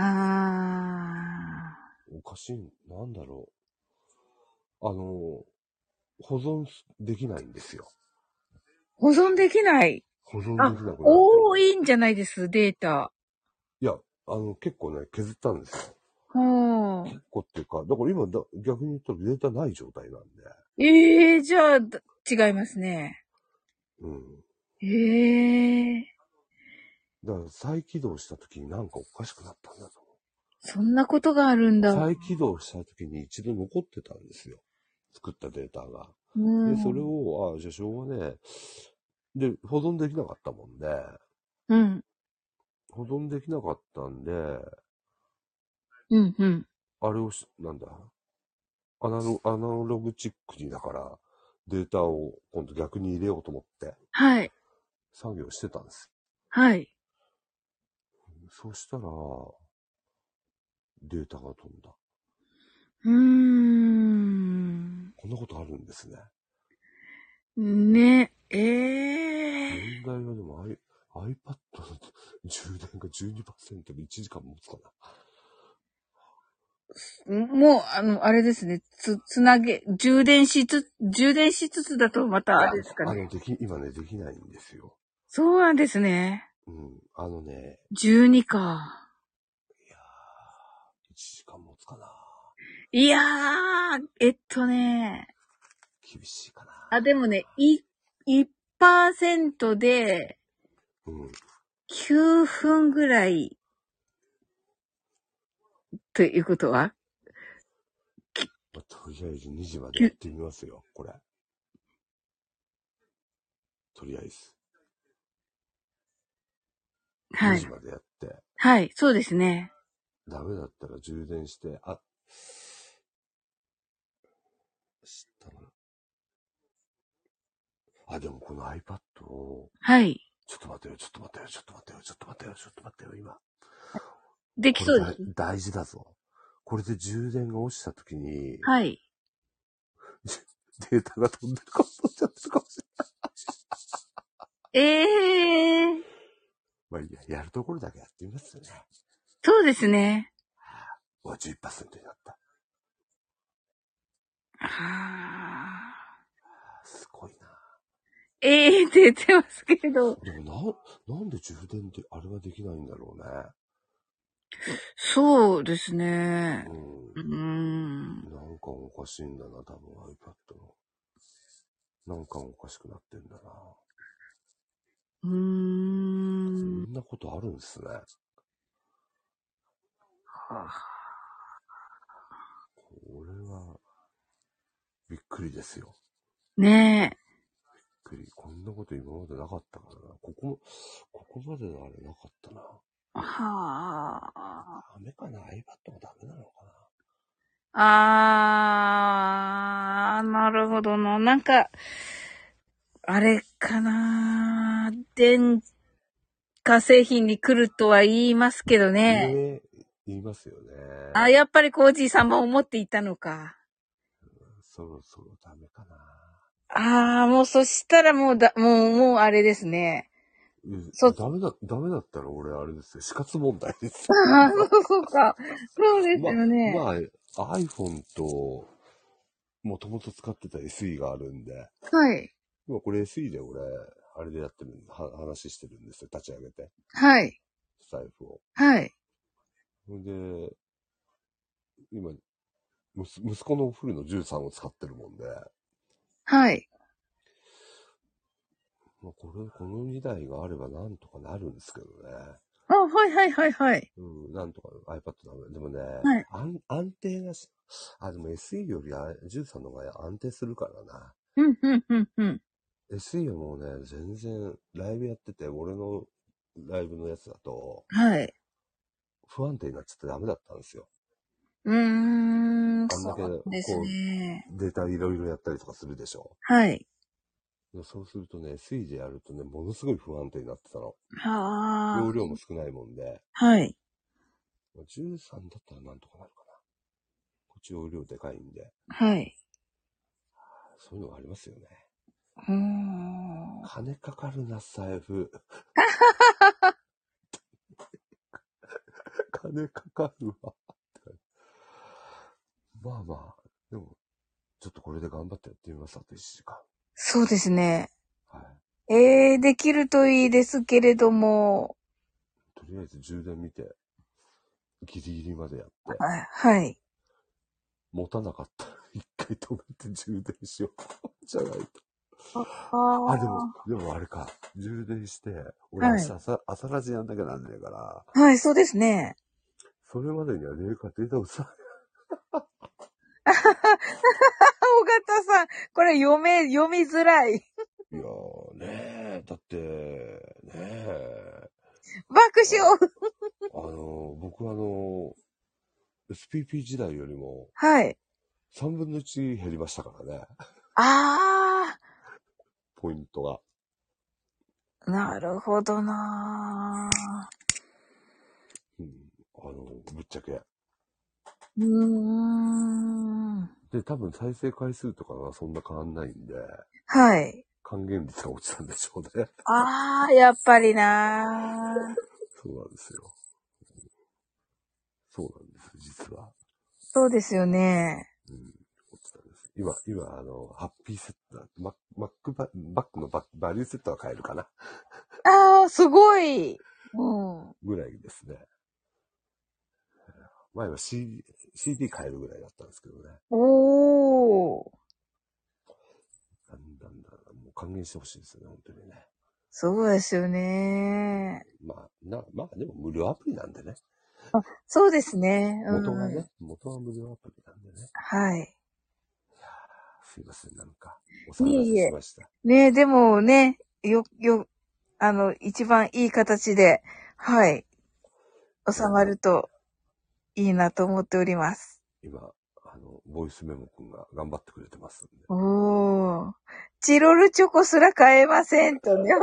おかしい、なんだろう。保存できないんですよ。 保存できない。 保存できなくなってる。 多いんじゃないです、データ。 いや、結構ね、削ったんですよ。 結構っていうか、だから今逆に言ったらデータない状態なんで。じゃあ、違いますね。 うん。だから再起動した時になんかおかしくなったんだと思う。 そんなことがあるんだ。 再起動した時に一度残ってたんですよ。作ったデータが。で、それを、じゃあしょうがねえ。で、保存できなかったもんで、保存できなかったんで、あれをなんだ、アナログチックにだから、データを今度逆に入れようと思って、 はい。 作業してたんです。 はい。 そしたら、データが飛んだ。こんなことあるんですね。 ね。 問題はでもiPad の充電が 12% で1時間持つかな。もう、あれですね。充電しつつだとまたあれですかね。 今ね、できないんですよ。 そうなんですね。12か。 いやー、1時間持つかな。 いやー、 厳しいかな。 あ、でもね、1% でうん。 9分ぐらいということはまあ、とりあえず2時までやってみますよ、これ。とりあえず。2時はい。 までやって、 はい、そうですね。 ダメだったら充電して、したら。あ、でもこの iPad を、 はい。 ちょっと待ってよ、ちょっと待ってよ、ちょっと待ってよ、ちょっと待ってよ、ちょっと待ってよ、今。 できこれそうです。 大事だぞ。これで充電が落ちた時に、 はい。 データが飛んでるかもしれない。 えー、 まあいいや、やるところだけやってみますよね。 そうですね。 うわ、11% になった。 はすごいな。 って言ってますけど。 でもなんで充電ってあれができないんだろうね。 そうですね。 うん。なんかおかしいんだな、多分 iPad の。なんかおかしくなってんだな。そんなことあるんですね。これは、びっくりですよ。 ねえ。 びっくり。こんなこと今までなかったからな。ここまでのあれなかったな。 はあ。 ダメかな？ iPad もダメなのかなるほどな。なんか、あれかな。電化製品に来るとは言いますけどな。 ね。 言いますよね。 あ、やっぱりコージーさんも思っていたのか。 そろそろダメかな。 もうそしたらもうあれですね。 ダメだったら俺あれですよ。死活問題ですよ。 そうか。そうですよね。 まあ、iPhone と、もともと使ってた SE があるんで、 はい。 今これ SE で俺、あれでやってる話してるんですよ。立ち上げて。 はい。 スタイフを。 はい。 で、今、息子のフルの13を使ってるもんで、 はい。 まあ、この2台があればなんとかなるんですけどね。 はいはいはいはい。 なんとか iPad ダメ。でもね、 はい。 安定がでも SE より13の方が安定するからな。SE はもうね、全然ライブやってて、俺のライブのやつだと、 はい。 不安定になっちゃってダメだったんですよ。 あんだけ、 そうですね。 データいろいろやったりとかするでしょ。 はい。 そうするとね、SE でやるとね、ものすごい不安定になってたの。 は容量も少ないもんで、 はい。 13だったらなんとかなるかな。こっち容量でかいんで。 はい。 そういうのがありますよね。 うーん。 金かかるな、財布。金かかるわ。まあまあ、でも、ちょっとこれで頑張ってやってみます。あと1時間。 そうですね。 はい。 できるといいですけれども。 とりあえず充電見て、ギリギリまでやって。 はい。 持たなかったら一回止めて充電しよう。じゃないと。でもあれか。充電して、俺明日朝ラジやんなきゃなんねえから。 はい、そうですね。 それまでにはデータをさ。 尾形さん、これ読みづらい。 いやー、ねえ、だって、ねえ。 爆笑。 僕SPP 時代よりも、 はい。 3分の1減りましたからね。ポイントが。 なるほどなぶっちゃけ。 ぁ。 で、多分再生回数とかがそんな変わんないんで、 はい。 還元率が落ちたんでしょうね。 やっぱりなそうなんですよ。そうなんです、実は。 そうですよね。 落ちたんです。今、ハッピーセット、バックのバリューセットは買えるかな。 すごい。 ぐらいですね。前は CD 買えるぐらいだったんですけどね。 おー。 だんだんもう還元してほしいですよね、本当にね。 そうですよね。 まあでも無料アプリなんでね。 あ、そうですね。 元が無料アプリなんでね。 はい。 すいません、なんか、お騒がいえいえ。 せしました。 ね、でもね、一番いい形で、はい、収まるといいなと思っております。 今、ボイスメモ君が頑張ってくれてますんで。 おー。チロルチョコすら買えませんとね。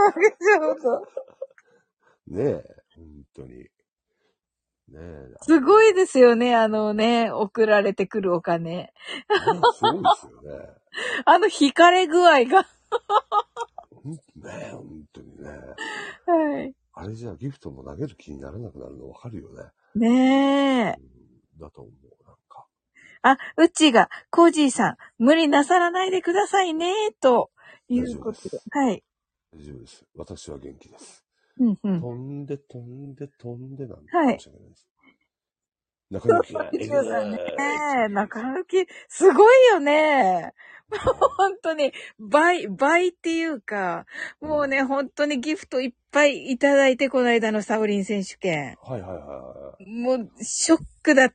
ねえ、本当に。ねえ。 すごいですよね、送られてくるお金。 ねすごいですよね。 惹かれ具合が。 ねえ、本当にね。 はい。 あれじゃギフトも投げる気にならなくなるのわかるよね。 ねえ。 だと思う、なんか。 あ、うっちーが、コージーさん、無理なさらないでくださいね、ということで。はい。 大丈夫です。私は元気です。 うんうん。 飛んで飛んで飛んでなんてはい。 申し訳ないです。中抜きがえぐそうだね。 ーい。 中抜き、すごいよね。本当に、倍っていうか、もうね、本当にギフトいっぱいいただいて、この間のサオリン選手権。 はいはいはいはい。 もう、ショックだった。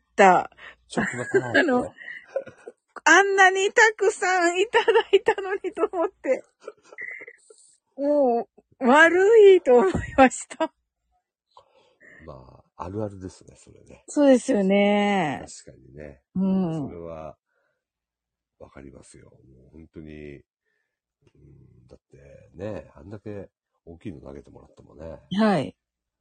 ショックだったなーあの、 って。 あんなにたくさんいただいたのにと思って。もう、悪いと思いました。 まあ、あるあるですね、それね。 そうですよね。 確かにね。 うん。 それは、わかりますよ。もう本当に、だってね、あんだけ大きいの投げてもらってもね、 はい。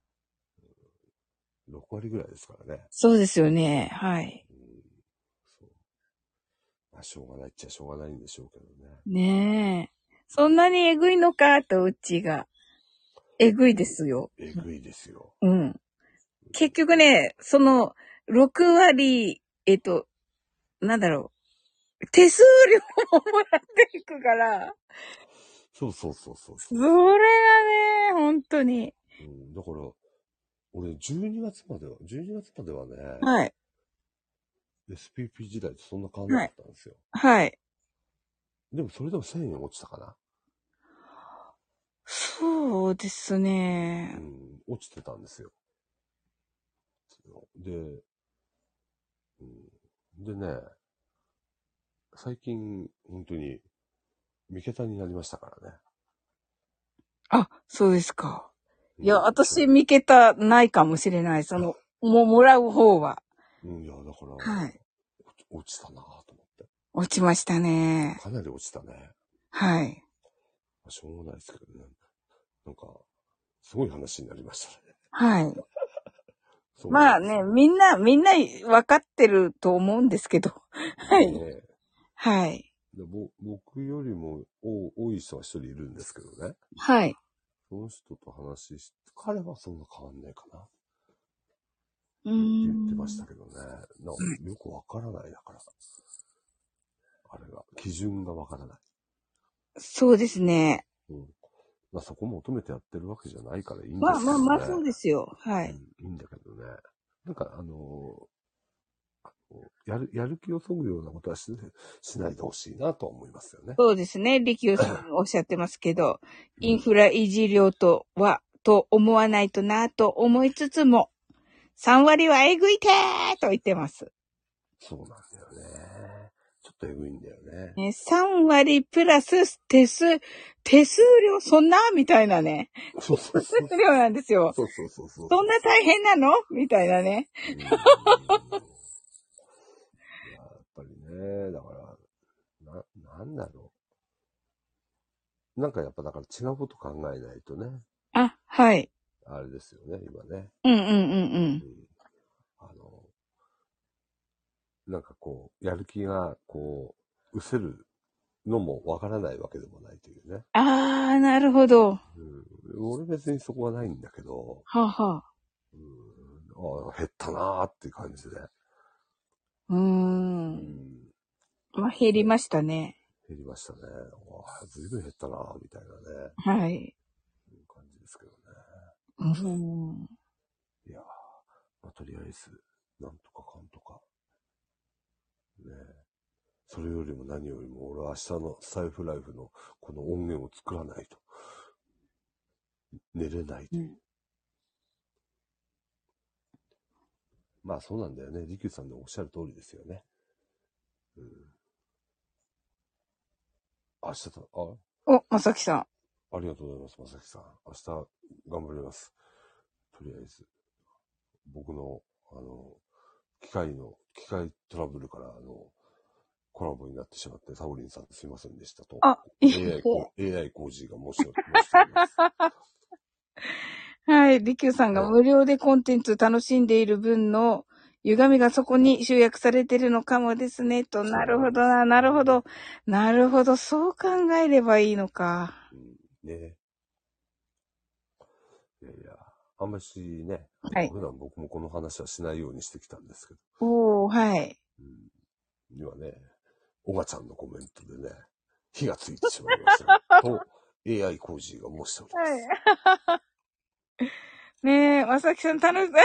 6割ぐらいですからね。 そうですよね。はい。 そう。まあ、しょうがないっちゃしょうがないんでしょうけどね。 ねえ。そんなにえぐいのかと、うちが。えぐいですよ。 えぐいですよ。 うん。結局ね、その、6割、なんだろう。手数料ももらっていくから、 そうそうそうそうそれがね、本当に。 だから、俺12月まではね、 はい。 SPP 時代とそんな変わんなはい。 かったんですよ。 はい。 でもそれでも1000円落ちたかな。 そうですね。 落ちてたんですよ。で、でね、最近、本当に、三桁になりましたからね。 あ、そうですか。いや、 そう。 私見桁ないかもしれない。もらう方は。 いや、だから、 はい。 落ちたなぁと思って。 落ちましたね。 かなり落ちたね。 はい。 しょうがないですけどね。なんか、すごい話になりましたね。 はい。 そうなまあね、 んですよ。 みんな分かってると思うんですけど。はい。 ねはい。 で僕よりも多い人が一人いるんですけどね。 はい。 その人と話して、彼はそんな変わんないかな。っうて言ってましん。 たけどね。よくわからないだから。あれが、基準がわからない。 そうですね。 まあそこ求めてやってるわけじゃないからいいんでまあすけどね。 まあまあ、そうですよ。はい。 いいんだけどね。なんかやる気をそぐようなことはしないでほしいなとは思いますよね。 そうですね。力夫さんおっしゃってますけど、インフラ維持料と思わないとなと思いつつも、3割はえぐいてーと言ってます。 そうなんだよね。ちょっとエグいんだよね。 3割プラス手数料そんなみたいなね。 そうそうそう。 手数料なんですよ。 そうそうそうそう。 そんな大変なのみたいなね。 いや、やっぱりね、だから、なんだろう。なんかやっぱだから違うこと考えないとね。 あ、はい。 あれですよね、今ね。 うんうんうんうん。 あの、なんかこう、やる気がこう、失せるのもわからないわけでもないというね。 あー、なるほど。 俺別にそこはないんだけど、 はあ、はあ。 減ったなーっていう感じで。 まあ、減りましたね。 減りましたね。ずいぶん減ったなーみたいなね。 はい。 感じですけどね。いやー、まあ、とりあえず、なんとかかんとか、 ね、それよりも何よりも俺は明日のスタイフライフのこの音源を作らないと寝れないという、まあそうなんだよね。リキューさんのおっしゃる通りですよね。明日だ、 お、まさきさん。 ありがとうございます、まさきさん。明日頑張ります。とりあえず、僕の、機械トラブルからコラボになってしまって、サオリンさんすいませんでしたと。AI 工事が申しております。 はい。リキューさんが無料でコンテンツ楽しんでいる分の歪みがそこに集約されてるのかもですね、と。なるほどな、なるほど。なるほど。そう考えればいいのか。 ね。いやいや、あんましね、 はい。 普段僕もこの話はしないようにしてきたんですけど。 おー、はい。 今ね、オガちゃんのコメントでね、火がついてしまいましたと、AI 工事が申しております。 はい。ねえ、まさきさん楽しそう。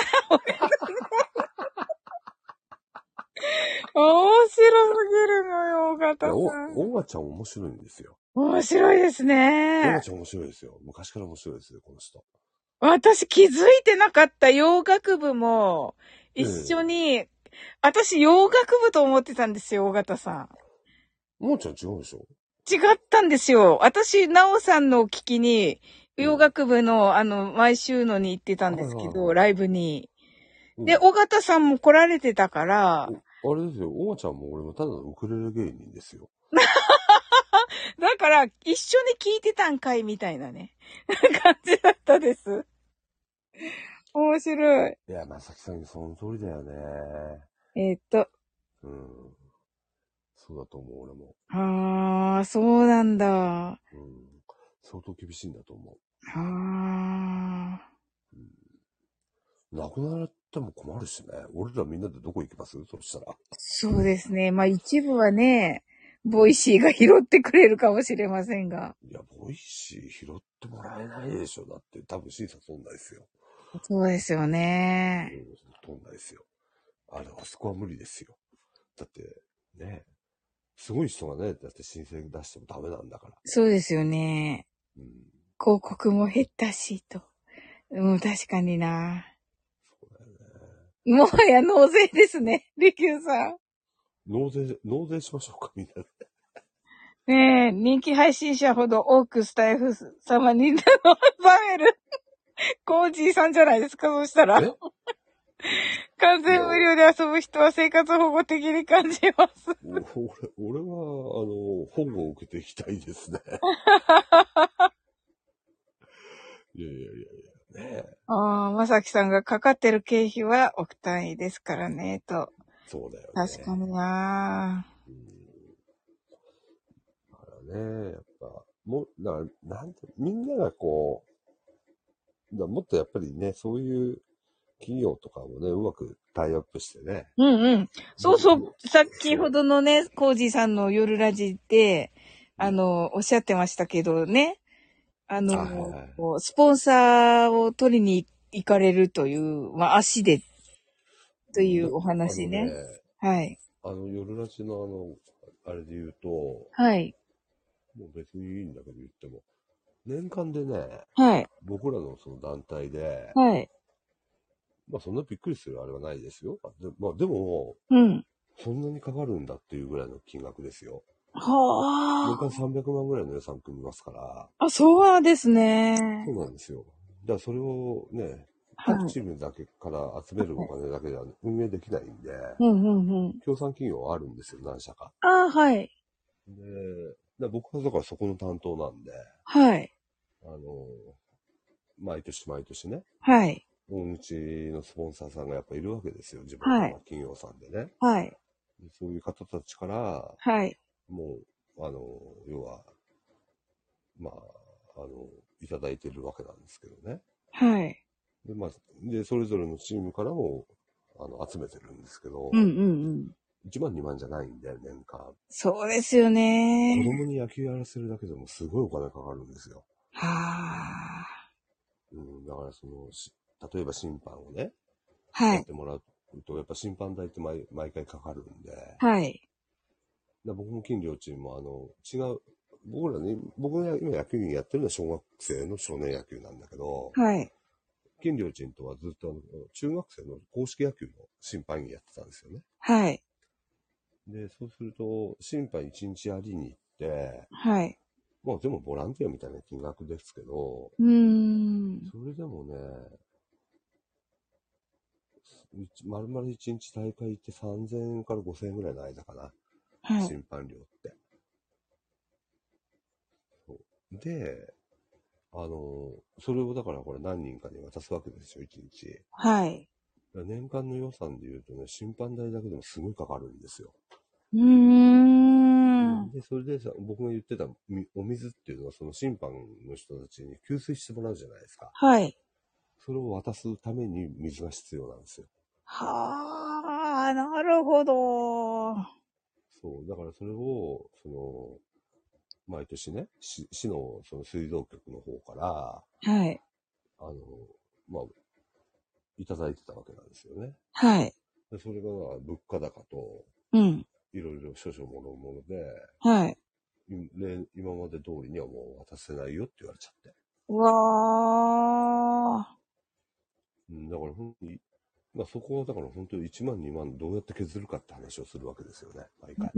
面白すぎるのよ、尾形さん。 オガちゃん面白いんですよ。 面白いですね。 オガちゃん面白いですよ。昔から面白いですよ、この人。 私気づいてなかった洋楽部も一緒に、私洋楽部と思ってたんですよ、尾形さん。 もーちゃん違うでしょ？ 違ったんですよ。私、なおさんの聞きに、洋楽部の、毎週のに行ってたんですけど、ライブに。で、尾形さんも来られてたから。あれですよ、オガちゃんも俺もただのウクレレ芸人ですよ。 だから、一緒に聞いてたんかいみたいなね、感じだったです。面白い。 いや、まさきさんその通りだよね。そうだと思う、俺も。 ああ、そうなんだ。 相当厳しいんだと思う。 ああ。 亡くなっても困るしね。俺らみんなでどこ行きます？そしたら。 そうですね。まあ一部はね、ボイシーが拾ってくれるかもしれませんが。 いや、ボイシー拾ってもらえないでしょ。だって多分審査通んないですよ。 そうですよね。 通んないですよ。あそこは無理ですよ。だって、ね、すごい人がね、だって申請出してもダメなんだから。 そうですよね。広告も減ったし、と。確かにな。そうだよね。もはや納税ですね、リキューさん。 納税しましょうか、みんなで。 ねえ、人気配信者ほど多くスタイフ様にバメる。コージーさんじゃないですか、そうしたら。完全無料で遊ぶ人は生活保護的に感じます。 俺は、保護を受けていきたいですね。いやいやいやいや、ねえ。 まさきさんがかかってる経費は億単位ですからね、と。 そうだよね。 確かになぁ。 だからね、やっぱ、だから、みんながこう、もっとやっぱりね、そういう企業とかもね、うまくタイアップしてね。 そうそう、先ほどのね、コージーさんの夜ラジで、おっしゃってましたけどね。スポンサーを取りに行かれるという、まあ、足で、というお話ね。はい。 夜ラジのあれで言うと、 はい。 もう別にいいんだけど言っても、年間でね、 はい。 僕らのその団体で、 はい。 まあそんなびっくりするあれはないですよ。でも、そんなにかかるんだっていうぐらいの金額ですよ。はあ。年間300万ぐらいの予算組みますから。 あ、そうですね。 そうなんですよ。だからそれをね、各チームだけから集めるお金だけでは運営できないんで、協賛企業はあるんですよ、何社か。 はい。 で、僕はだからそこの担当なんで、 はい。 毎年毎年ね、 はい。 うちのスポンサーさんがやっぱいるわけですよ、自分の企業さんでね。 はい。 そういう方たちから、 はい。 もう、要は、まあ、いただいてるわけなんですけどね。はい。で、まあ、それぞれのチームからも、集めてるんですけど、1万2万じゃないんで、年間。そうですよね。子供に野球やらせるだけでもすごいお金かかるんですよ。はあ。だから例えば審判をね、やってもらうやっぱ審判代って毎回かかるんで、 はい。 僕も金良鎮も違う、僕が今野球員やってるのは小学生の少年野球なんだけど、 はい。 金良鎮とはずっと中学生の公式野球の審判員やってたんですよね。 はい。 で、そうすると、審判1日やりに行って、 はい。 まあでもボランティアみたいな金額ですけど、それでもね、丸々1日大会行って3000円から5000円ぐらいの間かな。 はい。 審判料って。で、それをだからこれ何人かに渡すわけですよ、1日。 はい。 年間の予算で言うとね、審判代だけでもすごいかかるんですよ。で、それでさ、僕が言ってたお水っていうのはその審判の人たちに給水してもらうじゃないですか。 はい。 それを渡すために水が必要なんですよ。 はあ、なるほど。 そう、だからそれを、毎年ね、市のその水道局の方から、 はい。 まあ、いただいてたわけなんですよね。 はい。 でそれが物価高と、 うん。 いろいろ諸々もので、 はい。 今まで通りにはもう渡せないよって言われちゃって。 うわー。 だから本当に、まあそこはだから本当に1万2万どうやって削るかって話をするわけですよね、毎回。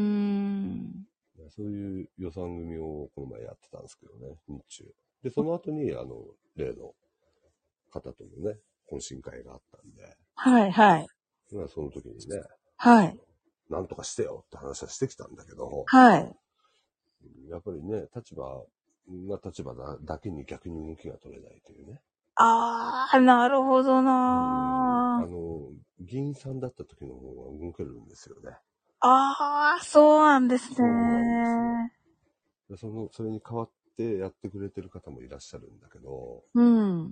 そういう予算組をこの前やってたんですけどね、日中。で、その後に、例の方とのね、懇親会があったんで、 はい、はい。 まあその時にね、 はい。 なんとかしてよって話はしてきたんだけど、 はい。 やっぱりね、立場だけに逆に動きが取れないというね。 あー、なるほどな議員さんだった時の方が動けるんですよね。 あー、そうなんですね。 そうなんですよ。でそれに代わってやってくれてる方もいらっしゃるんだけど、 うん。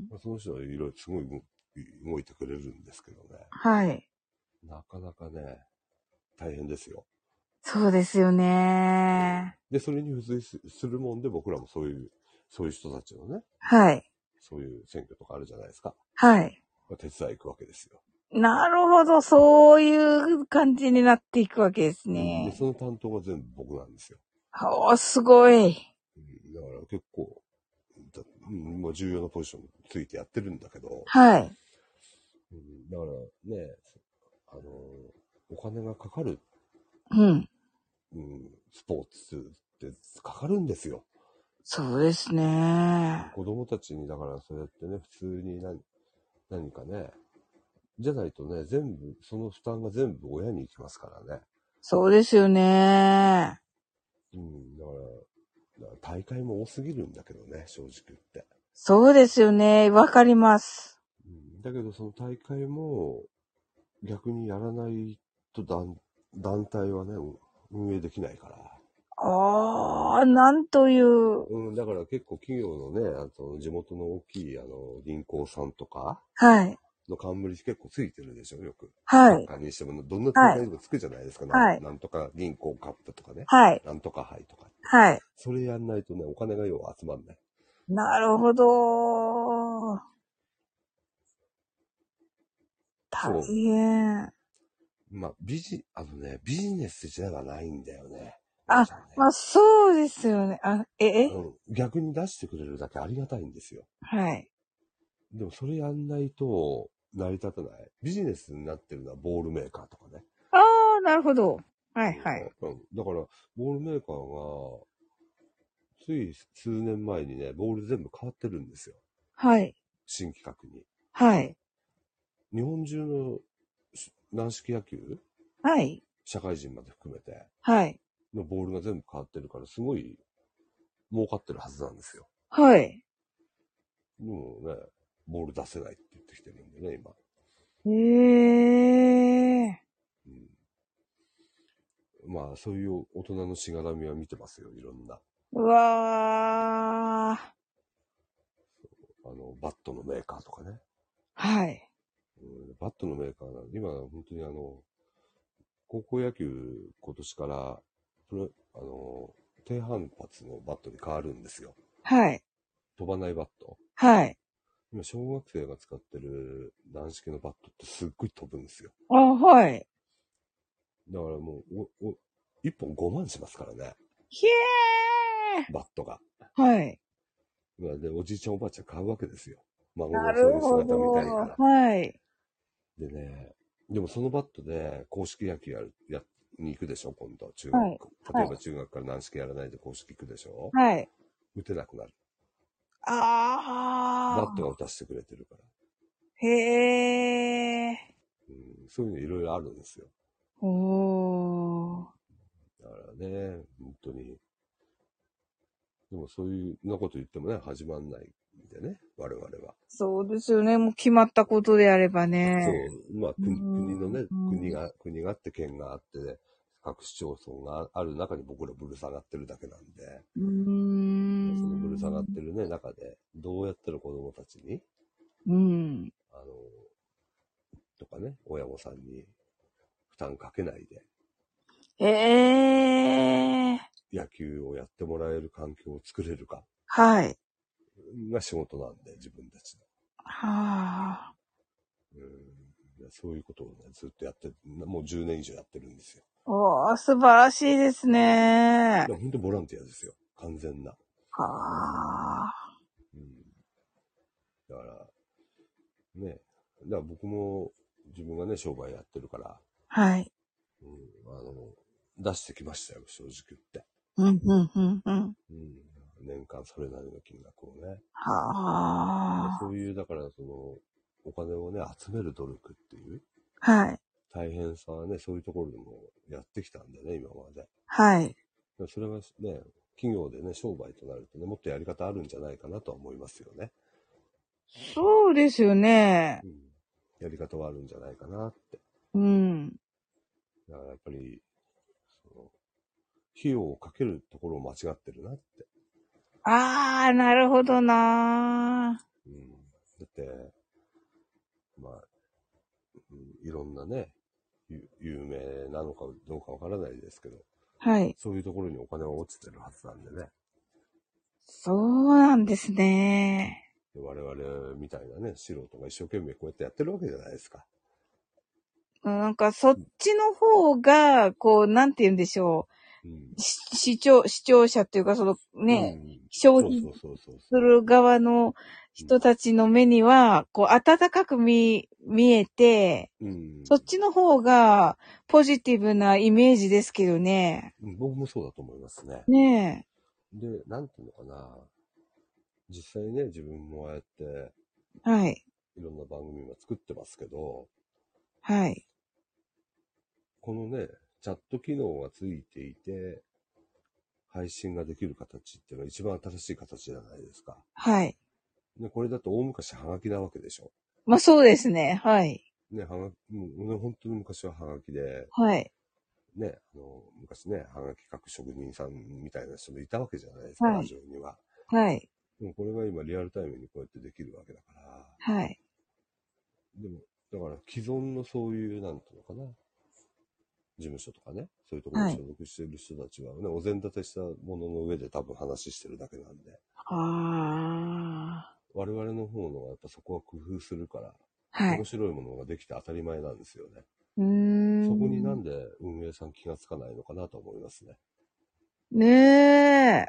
その人はいろいろすごい動いてくれるんですけどね。 はい。 なかなかね、大変ですよ。 そうですよね。 で、それに付随するもんで僕らもそういう人たちのね、 はい。 そういう選挙とかあるじゃないですか。 はい。 手伝い行くわけですよ。 なるほど、そういう感じになっていくわけですで、 ね。 その担当が全部僕なんですよ。 おー、すごい。 だから結構、もう重要なポジションについてやってるんだけど、 はい。 だからね、お金がかかる、 うん。 スポーツってかかるんですよ。 そうですね。 子供たちに、だからそうやってね、普通に何かね、じゃないとね、その負担が全部親に行きますからね。 そうですよね。 だから大会も多すぎるんだけどね、正直言って。 そうですよね。わかります。 だけどその大会も逆にやらないと団体はね、運営できないから。 ああ、なんという。 だから結構企業のね、地元の大きい銀行さんとかはい。 の冠結構ついてるでしょ、よく。 はい。 サッカーにしても、どんな大会にもつくじゃないですか。 はい。 なんとか銀行カップとかね。 はい。 なんとか杯とか。 はい。 それやんないとね、お金が要は集まんない。 なるほど。大そう。 変。 まあ、ビジネスじゃないんだよね。 あ、まあそうですよね。 逆に出してくれるだけありがたいんですよ。 はい。 でもそれやんないと成り立たない。ビジネスになってるのはボールメーカーとかね。 ああ、なるほど。はいはい。 だから、ボールメーカーが、つい数年前にね、ボール全部変わってるんですよ。 はい。 新規格に。 はい。 日本中の軟式野球はい。 社会人まで含めて、 はい。 のボールが全部変わってるから、すごい儲かってるはずなんですよ。 はい。 でもね、ボール出せないって言ってきてるんでね、今。まあ、そういう大人のしがらみは見てますよ、いろんな。 うわー。 バットのメーカーとかね。 はい。 バットのメーカーなんで、今、本当に高校野球今年から低反発のバットに変わるんですよ。 はい。 飛ばないバット。 はい。 今、小学生が使ってる軟式のバットってすっごい飛ぶんですよ。 あ、はい。 だからもう、1本5万しますからね。 ひえバットが。 ー。はい。 で、おじいちゃんおばあちゃん買うわけですよ。孫なのそういうるほ姿見たいかど。 ら。 はい。 でね、でもそのバットで公式野球に行くでしょ、今度。中学。 はい。はい。 例えば中学から軟式やらないで公式行くでしょ。 はい。 打てなくなる。バットがあ打たせてくれてるから。 ー。へー。 そういうのいろいろあるんですよ。 おー。 だからね、本当に。でもそういうなこと言ってもね、始まんないんでね、我々は。 そうですよね。もう決まったことであればそね。 う、まあ国のね、国ん。 があって県があって、各市町村がある中に僕らぶる下がってるだけなんで、 うーそのぶる下がっん。 てるね、中で、どうやったら子供たちに、 うん。 あの、とかね、親御さんに負担かけないで、 えー。 野球をやってもらえる環境を作れるかはい。 が仕事なんで、自分たちはあ。 の。そういうことをね、ずっとやって、もう10年以上やってるんですよ。 おー、素晴らしいですね。 本当ボランティアですよ。完全な。 はあ。 だから、ね、だから僕も自分がね、商売やってるから、 はい。 出してきましたよ、正直言って。 うん、うん、うん、うん。 年間それなりの金額をね。 はあ。 そういう、だからお金をね、集める努力っていうはい。 大変さはね、そういうところでもやってきたんでね、今まで。 はい。 それがね、企業でね、商売となるとね、もっとやり方あるんじゃないかなとは思いますよね。 そうですよね。 やり方はあるんじゃないかなって。 うん。 だからやっぱり、費用をかけるところを間違ってるなって。 あー、なるほどなだって、まあ、いろんなね、有名なのかどうかわからないですけど、 はい。 そういうところにお金は落ちてるはずなんでね。 そうなんですね。 で我々みたいなね、素人が一生懸命こうやってやってるわけじゃないですか。 なんかそっちの方が、こう、なんて言うんでしょう。視聴者っていうか、そのね、消費する側の人たちの目には、こう、温かく見えて、そっちの方がポジティブなイメージですけどね。 僕もそうだと思いますね。 ねで、なんていうのかな。実際ね、自分もああやって、 はい。 いろんな番組も作ってますけど、 はい。 このね、チャット機能がついていて、配信ができる形っていうのは一番新しい形じゃないですか。 はい。 ね、これだと大昔ハガキなわけでしょ。 まあそうですね。はい。 ね、もうね、本当に昔はハガキで、 はい。 ね、昔ね、ハガキ書く職人さんみたいな人もいたわけじゃないですか、 はい。 ラジオには。 はい。 でもこれが今リアルタイムにこうやってできるわけだから。 はい。 でも、だから既存のそういう、なんていうのかな、事務所とかね、そういうところにはい。 所属している人たちはね、お膳立てしたものの上で多分話してるだけなんで。 ああ。 我々の方のはやっぱそこは工夫するから、 はい。 面白いものができて当たり前なんですよね。そこになん。 んで運営さん気がつかないのかなと思いますね。 ねえ。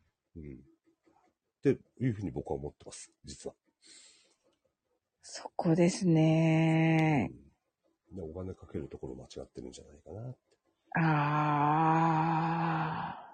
っていうふうに僕は思ってます、実は。 そこですね。 で、お金かけるところ間違ってるんじゃないかなって。 ああ。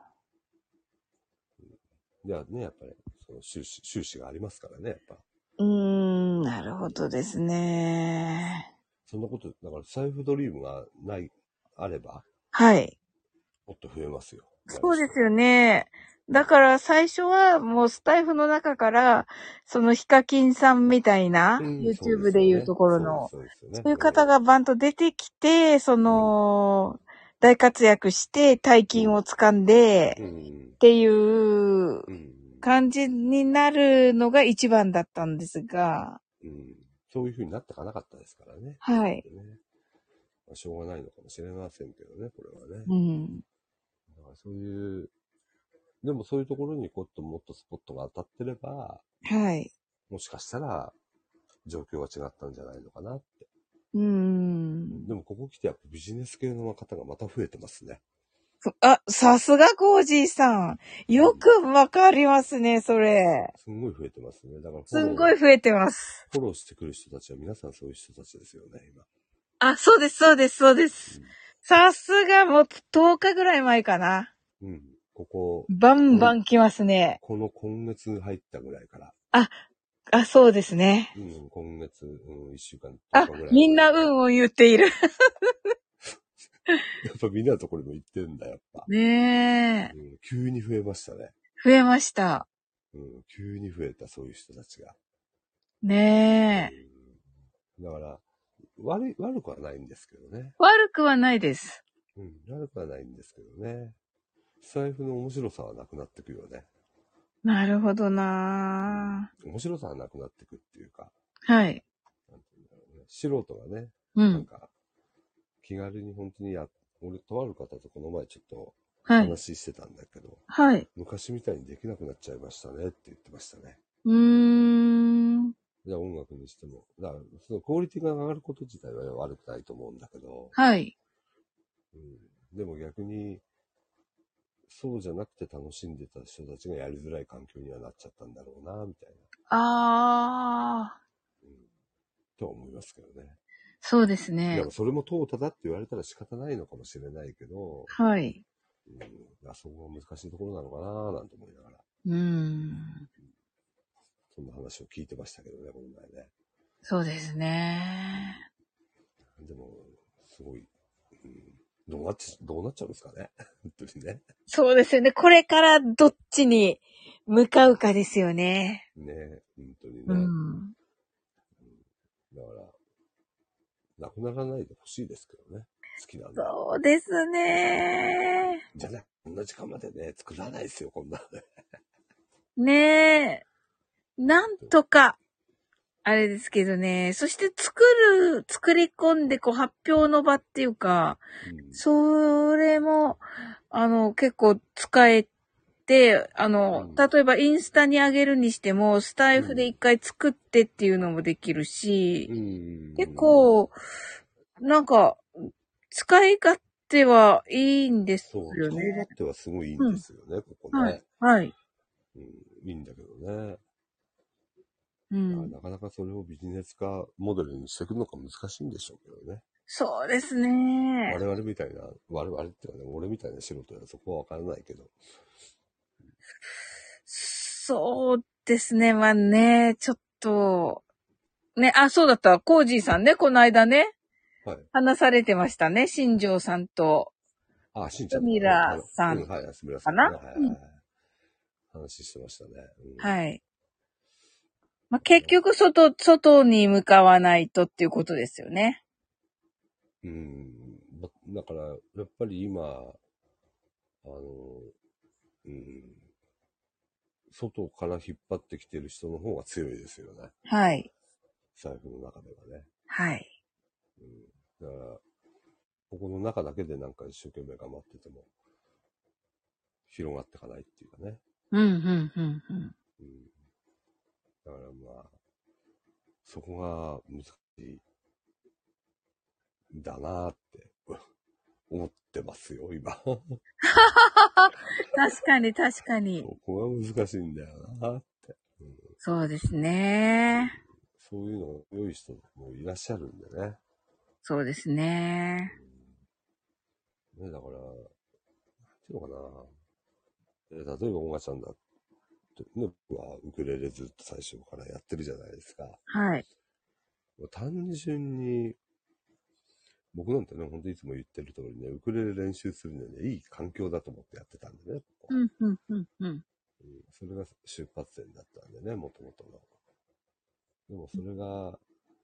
ではね、やっぱり、その収支がありますからね、やっぱ。 なるほどですね。 そんなこと、だから財布ドリームがあれば、 はい。 もっと増えますよ。 そうですよね。だから最初はもうスタイフの中から、そのヒカキンさんみたいな、 そうで YouTube すよね。 でいうところの、 そうですよね。 そういう方がバンと出てきて、大活躍して大金を掴んで、っていう感じになるのが一番だったんですが、 そういう風になってかなかったですからね。 はい。 まあ、しょうがないのかもしれませんけどね、これはね。だからそういう、でもそういうところにもっとスポットが当たってれば、 はい。 もしかしたら、 状況が違ったんじゃないのかなって。 でもここ来てやっぱビジネス系の方がまた増えてますね。 さすがコージーさん。よくわかりますね、それ。 すんごい増えてますね。だからすんごい増えてます。 フォローしてくる人たちは皆さんそういう人たちですよね、今。 そうです、そうです、そうです。さすがもう10日ぐらい前かな。 ここ。 バンバン来ますね。 今月入ったぐらいから。 そうですね。 今月、1週間とかぐらい。みんな言っている。 やっぱみんなのところにも行ってんだ、やっぱ。 ねえ、 急に増えましたね。 増えました。 急に増えた、そういう人たちが。 ねえ。だから、悪くはないんですけどね。 悪くはないです。 悪くはないんですけどね。財布の面白さはなくなってくよね。 なるほどな面白さはなくなってくっていうか。 はい。 素人がね、なんか、気軽に本当に俺、とある方とこの前ちょっと話してたんだけど、 はい。 昔みたいにできなくなっちゃいましたねって言ってましたね。じゃあ音楽にしても。だから、そのクオリティが上がること自体は悪くないと思うんだけど、 はい。 でも逆に、そうじゃなくて楽しんでた人たちがやりづらい環境にはなっちゃったんだろうな、みたいな。とは思いますけどね。 そうですね。 いや、それも淘汰だって言われたら仕方ないのかもしれないけど、 はい。 そこが難しいところなのかな、なんて思いながら。そんな話を聞いてましたけどね、この前ね。 そうですね。 でも、すごい、どうなっちゃうんですかね。本当にね。 そうですよね。これからどっちに向かうかですよね。 ね、本当にね。だから、なくならないでほしいですけどね。好きなんで。 そうですね。 じゃね、こんな時間までね、作らないですよ、こんなのね。 ねえ。なんとか、あれですけどね。そして作り込んで、発表の場っていうか、それも、結構使えて、例えばインスタに上げるにしても、スタイフで一回作ってっていうのもできるし、結構、なんか、使い勝手はいいんですよね。 そう、使い勝手はすごいいいんですよね、ここね。 はい。 いいんだけどね。なかなかそれをビジネス化モデルにしていくのが難しいんでしょうけどね。 そうですね。 我々みたいな、我々っていうかね、俺みたいな素人はそこはわからないけど。 そうですね。まあね、ちょっと、ね、そうだった。コージーさんね、この間ね、話されてましたね。新庄さんと。 しんちゃんスミラさん。 はい、スミラさんかな、 話してましたね。 はい。まあ、結局外に向かわないとっていうことですよね。 だから、やっぱり今、外から引っ張ってきてる人の方が強いですよね。 はい。 財布の中ではね。 はい。 だから、ここの中だけでなんか一生懸命頑張ってても、広がっていかないっていうかね。だからまあ、そこが難しい、だなって思ってますよ、今。 確かに確かに。 そこが難しいんだよなって、 そうですね。 そういうのが良い人もいらっしゃるんでね。 そうですね。 ね、だから、なんていうのかな。例えば、音楽ちゃんだってね、僕はウクレレずっと最初からやってるじゃないですか。 はい。 単純に、僕なんてね、ほんといつも言ってる通りね、ウクレレ練習するのに、ね、いい環境だと思ってやってたんでね。それが出発点だったんでね、もともとの。でもそれが、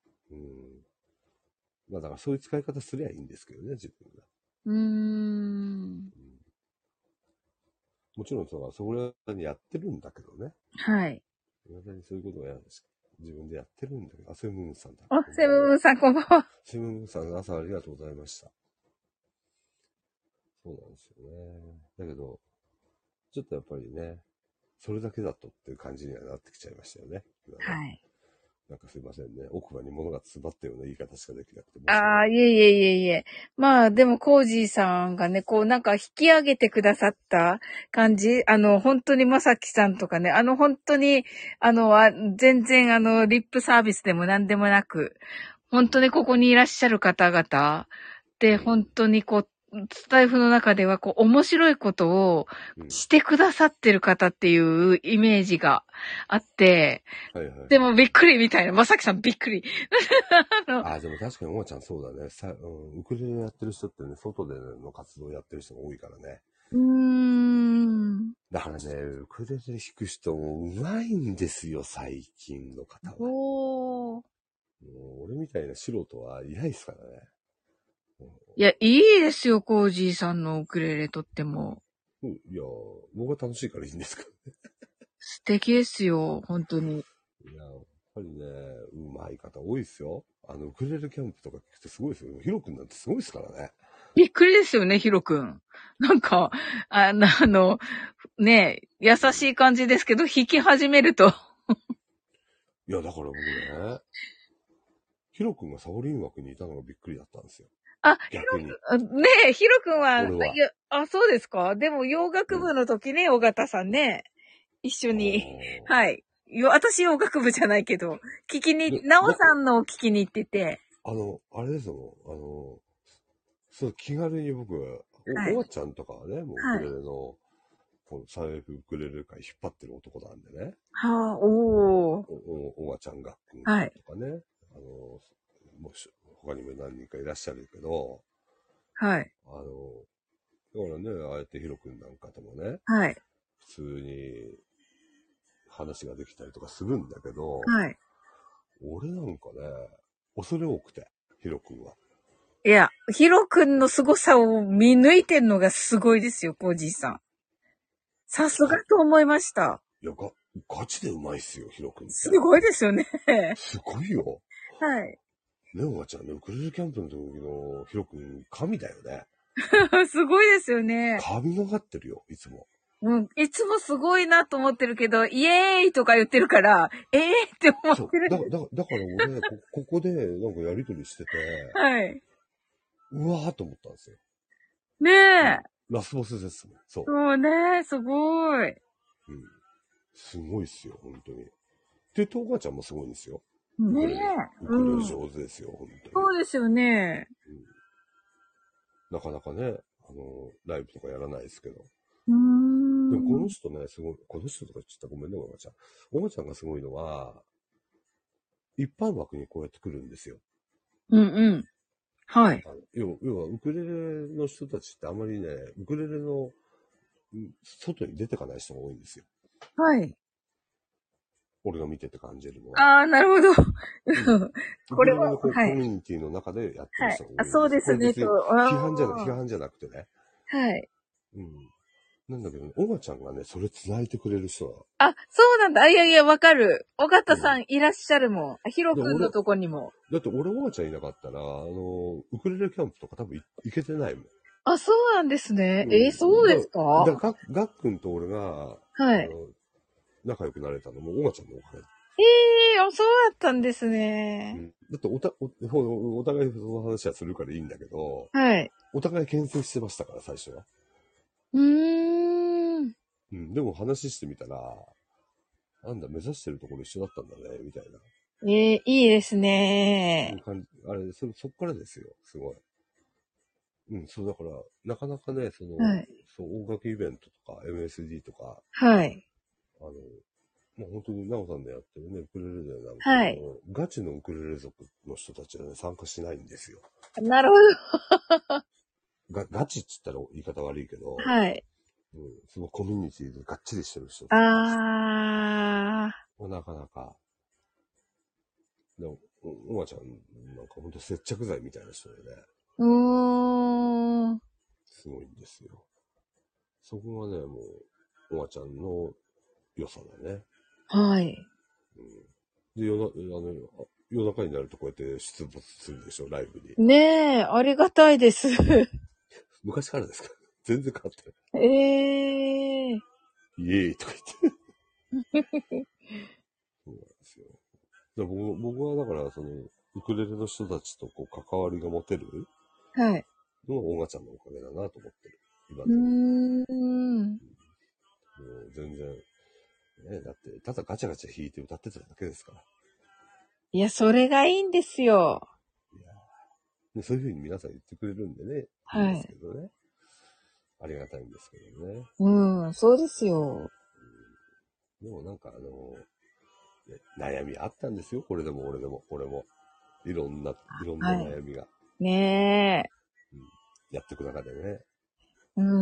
まあだからそういう使い方すりゃいいんですけどね、自分が。もちろんそれにやってるんだけどね。 はい。 未だにそういうことを自分でやってるんだけど、セブンムーンさんだ。 セブンムーンさんこんばんは。 セブンムーンさん朝ありがとうございました。そうなんですよね。だけど、ちょっとやっぱりね、それだけだとっていう感じにはなってきちゃいましたよね。 はい。 なんかすいませんね。奥歯に物が詰まったような言い方しかできなくて。 ああ、いえいえいえいえ。まあ、でも、コージーさんがね、こう、なんか引き上げてくださった感じ。本当にまさきさんとかね、本当に、全然、リップサービスでも何でもなく、本当にここにいらっしゃる方々で、本当にこう、スタイフの中では、こう、面白いことをしてくださってる方っていうイメージがあって、 はいはいはい。 でもびっくりみたいな。まさきさんびっくり。 あ、でも確かにおばちゃんそうだね。ウクレレやってる人ってね、外での活動やってる人が多いからね。だからね、ウクレレ弾く人もうまいんですよ、最近の方は。もう俺みたいな素人はいないですからね。 いや、いいですよ、コージーさんのウクレレとっても。 いや、僕は楽しいからいいんですけどね。 素敵ですよ、本当に。 いや、やっぱりね、うまい方多いですよ。ウクレレキャンプとか聞くとすごいですよ。ヒロ君なんてすごいですからね。 びっくりですよね、ヒロ君。なんか、ね、優しい感じですけど、弾き始めると。 いや、だから僕ね、ヒロ君がサオリン枠にいたのがびっくりだったんですよ。 あ、 逆に。 ねえ、ヒロ君は、 俺は。 いや、そうですか？でも洋楽部の時ね、尾形さんね、一緒に、はい。私洋楽部じゃないけど、なおさんのを聞きに行ってて。 あれですよ、そう気軽に僕、おばちゃんとかはね、もうウクレレの、このサイフウクレレ界引っ張ってる男なんでね。 はあ、おばちゃん学君とかね。もう他にも何人かいらっしゃるけど、 はい。 だからね、ああやってヒロ君なんかともね、 はい。 普通に話ができたりとかするんだけど、 はい。 俺なんかね、恐れ多くて、ヒロ君は。 いや、ヒロ君の凄さを見抜いてんのがすごいですよ、コージーさん。さすがと思いました。 いや、ガチでうまいっすよ、ヒロ君って。 すごいですよね。 すごいよ。 はい。 ねおばちゃんね、ウクレレキャンプの時のヒロ君、神だよね。 すごいですよね。 神がかってるよ、いつも。 いつもすごいなと思ってるけど、イエーイとか言ってるから、って思ってる。 だから俺、ここでなんかやりとりしてて、 はい。 うわーと思ったんですよ。 ねえ。 ラスボスですね。そう。 そうね、すごい。 うん。すごいっすよ、本当に。で、おばちゃんもすごいんですよ。 ねえ。 ウクレレ上手ですよ、本当に。 そうですよね。 なかなかね、ライブとかやらないですけど。 ででもこの人ね、すごい、この人とか言っちゃったらごめんね、おばちゃん。おばちゃんがすごいのは、一般枠にこうやって来るんですよ。 はい。 要は、ウクレレの人たちってあんまりね、ウクレレの外に出てかない人が多いんですよ。 はい。 俺が見てて感じるのは。 ああ、なるほど。 これは、コミュニティの中でやってる人が多いんです。 そうですね、 批判じゃなくてね。 はい。 なんだけどね、おばちゃんがね、それ繋いでくれる人は。 あ、そうなんだ。いやいや、わかる。尾形さんいらっしゃるもん。ヒロ君のとこにも。 だって俺おばちゃんいなかったら、ウクレレキャンプとか多分行けてないもん。 あ、そうなんですね。そうですか？ ガックンと俺が、 はい。 仲良くなれたのもおばちゃんのおかげ。 そうだったんですね。 だってお互いその話はするからいいんだけど、 はい。 お互い牽制してましたから、最初は。でも話してみたら、なんだ、目指してるところ一緒だったんだね、みたいな。 いいですね。 あれ、そっからですよ、すごい。そう、だから、なかなかね、音楽イベントとか、MSD とか、 はい。 もう本当に、なおさんでやってるね、ウクレレでなんか、 はい。 ガチのウクレレ族の人たちはね、参加しないんですよ。 なるほど。 ガチって言ったら言い方悪いけど、 はい。 そのコミュニティでがっちりしてる人あー。なかなか。でも、おばちゃん、なんかほんと接着剤みたいな人でね。すごいんですよ。そこがね、もう、おばちゃんの良さだね。 はい。 で、夜中になるとこうやって出没するでしょ、ライブに。 ねえ、ありがたいです。 昔からですか？全然変わってない。イエーイとか言って。そうなんですよ。 僕はだから、ウクレレの人たちとこう関わりが持てるはい。 のは、オガちゃんのおかげだなと思ってる。今うでも。 ーん。 もう全然、ね、だって、ただガチャガチャ弾いて歌ってただけですから。 いや、それがいいんですよ。 いやでそういうふうに皆さん言ってくれるんでね、いいんですはい。 けどね。ありがたいんですけどね。 うん、そうですよ。 でもなんかね悩みあったんですよ。これでも俺も。いろんなはい。 悩みが、 ねうん、やっていく中でね。 え。うん。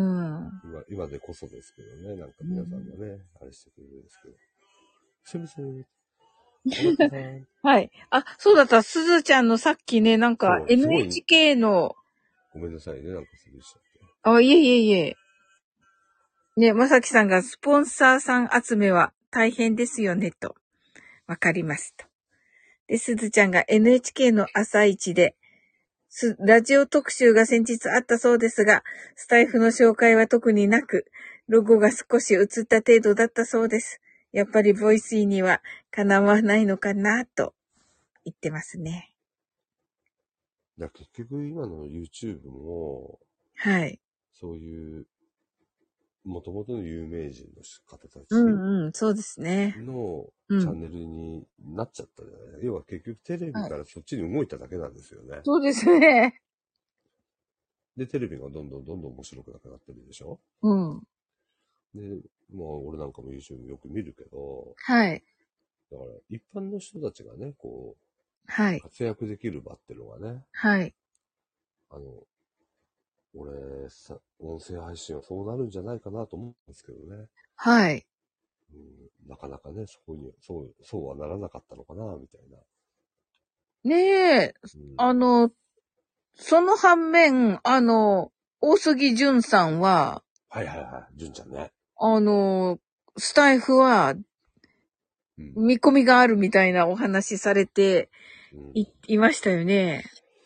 今でこそですけどね。なんか皆さんがね、あれしてくれるんですけど。すいません。尾形さん。 はい。あ、そうだった。すずちゃんのさっきね、なんかそう、すごい、 NHK の、 ごめんなさいね。なんかするしちゃって。 あ、いえいえいえ。ね、まさきさんがスポンサーさん集めは大変ですよね、と。わかりますと。で、すずちゃんが NHK の朝一で、ラジオ特集が先日あったそうですが、スタイフの紹介は特になく、ロゴが少し映った程度だったそうです。やっぱりボイスイにはかなわないのかな、と言ってますね。 結局今の YouTube も、 はい。 そういう、もともとの有名人の方たうちんうん、そうですね。 のうん。 チャンネルになっちゃったじゃない。要は結局テレビはい。 からそっちに動いただけなんですよね。 そうですね。 で、テレビがどんどん面白くなくなってるでしょ。 うん。 で、まあ俺なんかも YouTube よく見るけど、 はい。 だから一般の人たちがね、こう、 はい。 活躍できる場っていうのがね、 はい。 あの、俺さ、音声配信はそうなるんじゃないかなと思うんですけどね。 はい。 うん、なかなかね、そうはならなかったのかな、みたいな。 ねえ、 うん、 あの、その反面、大杉淳さんは、 はいはいはい、純ちゃんね。 あの、スタイフはうん。 見込みがあるみたいなお話されてうん、 いましたよね。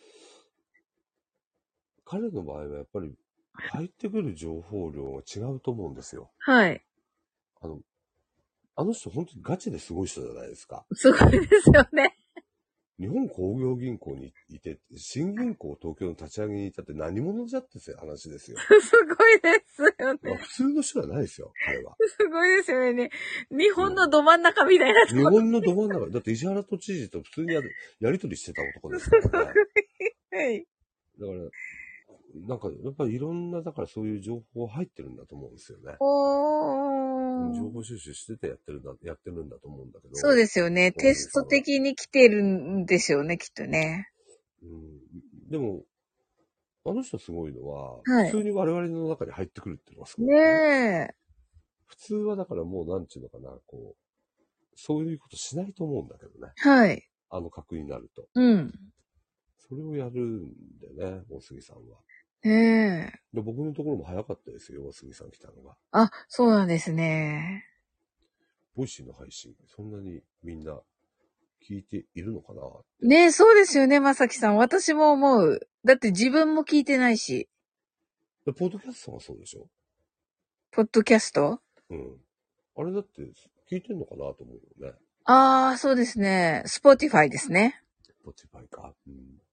彼の場合はやっぱり入ってくる情報量が違うと思うんですよ。 はい。 あの、あの人本当にガチですごい人じゃないですか。 すごいですよね。 日本工業銀行にいて、新銀行東京の立ち上げにいたって何者じゃって話ですよ。 すごいですよね。 普通の人じゃないですよ、彼は。 すごいですよね。日うん。 本のど真ん中みたいなところ。 日本のど真ん中、だって石原都知事と普通にやりとりしてた男ですからね。 はい。 だから、なんか、やっぱりいろんな、だからそういう情報入ってるんだと思うんですよね。情おー。 報収集しててやってるんだと思うんだけそうど、 ですよね。 大テスト杉さんは。 的に来てるんでしょうね、きっとね。 うん。でも、あの人すごいのは、 はい。 普通に我々の中に入ってくるっていうのがすごいねよね。 え。 普通はだからもうなんちゅうのかな、こう、そういうことしないと思うんだけどね。 はい。 あの格になると。 うん。 それをやるんでね、大杉さんは。 ねえ。 で、僕のところも早かったですよ、大杉さん来たのが。 あ、そうなんですね。 ボイシーの配信、そんなにみんな聞いているのかなって。 ねえ、そうですよね、まさきさん。私も思う。だって自分も聞いてないし。 でポッドキャストはそうでしょ。 ポッドキャスト。 うん。あれだって聞いてんのかなと思うよね。 ああ、そうですね。スポティファイですね。 ポチファイか。うん。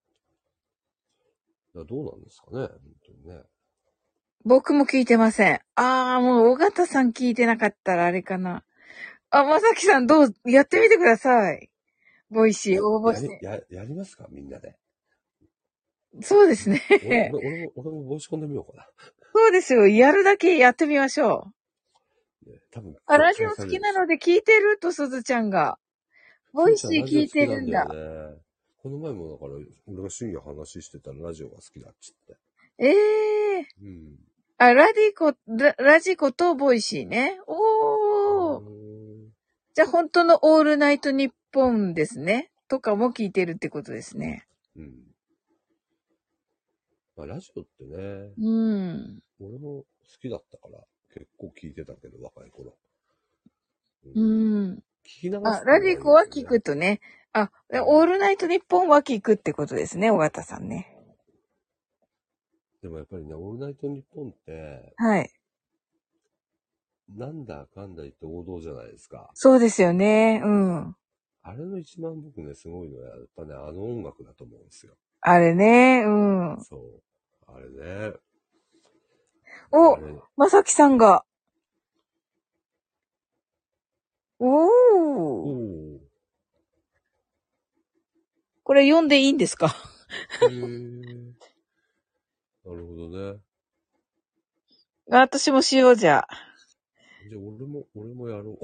どうなんですかね、本当にね。 僕も聞いてません。ああ、もう、尾形さん聞いてなかったらあれかな。あ、まさきさんやってみてください。ボイシー応募して。 やりますかみんなで。 そうですね。 俺も申し込んでみようかな。 そうですよ。やるだけやってみましょね、多分、 う。あ、ラジオ返好されるし。 きなので聞いてると、すずちゃんが。ボイすーちゃんラジオ好シー聞いてきなんだよるんだ。 ね。この前もだから、俺が深夜話してたらラジオが好きだっつって。 ええー。 うん。 あ、ラジコとボイシーね。おー。じゃあ本当のオールナイトニッポンですね。とかも聞いてるってことですね。 うん。まあ、ラジオってね、 うん。 俺も好きだったから、結構聞いてたけど、若い頃。うん。 うん。 聞き流あ、 すっていうのがいいラジコは聞ですよね。 くとね。あ、 うん。 オールナイトニッポンは聞くってことですね、尾形さんね。 でもやっぱりね、オールナイトニッポンって、 はい。 なんだかんだ言って王道じゃないですか。 そうですよね。うん。 あれの一番僕ね、すごいのは、やっぱね、あの音楽だと思うんですよ。 あれね、うん。 そう。あれね。 お、 あれ、 まさきさんが。 おおー。 ー。 これ読んでいいんですか？ へー。なるほどね。 私もしようじゃ。 じゃあ俺もやろう。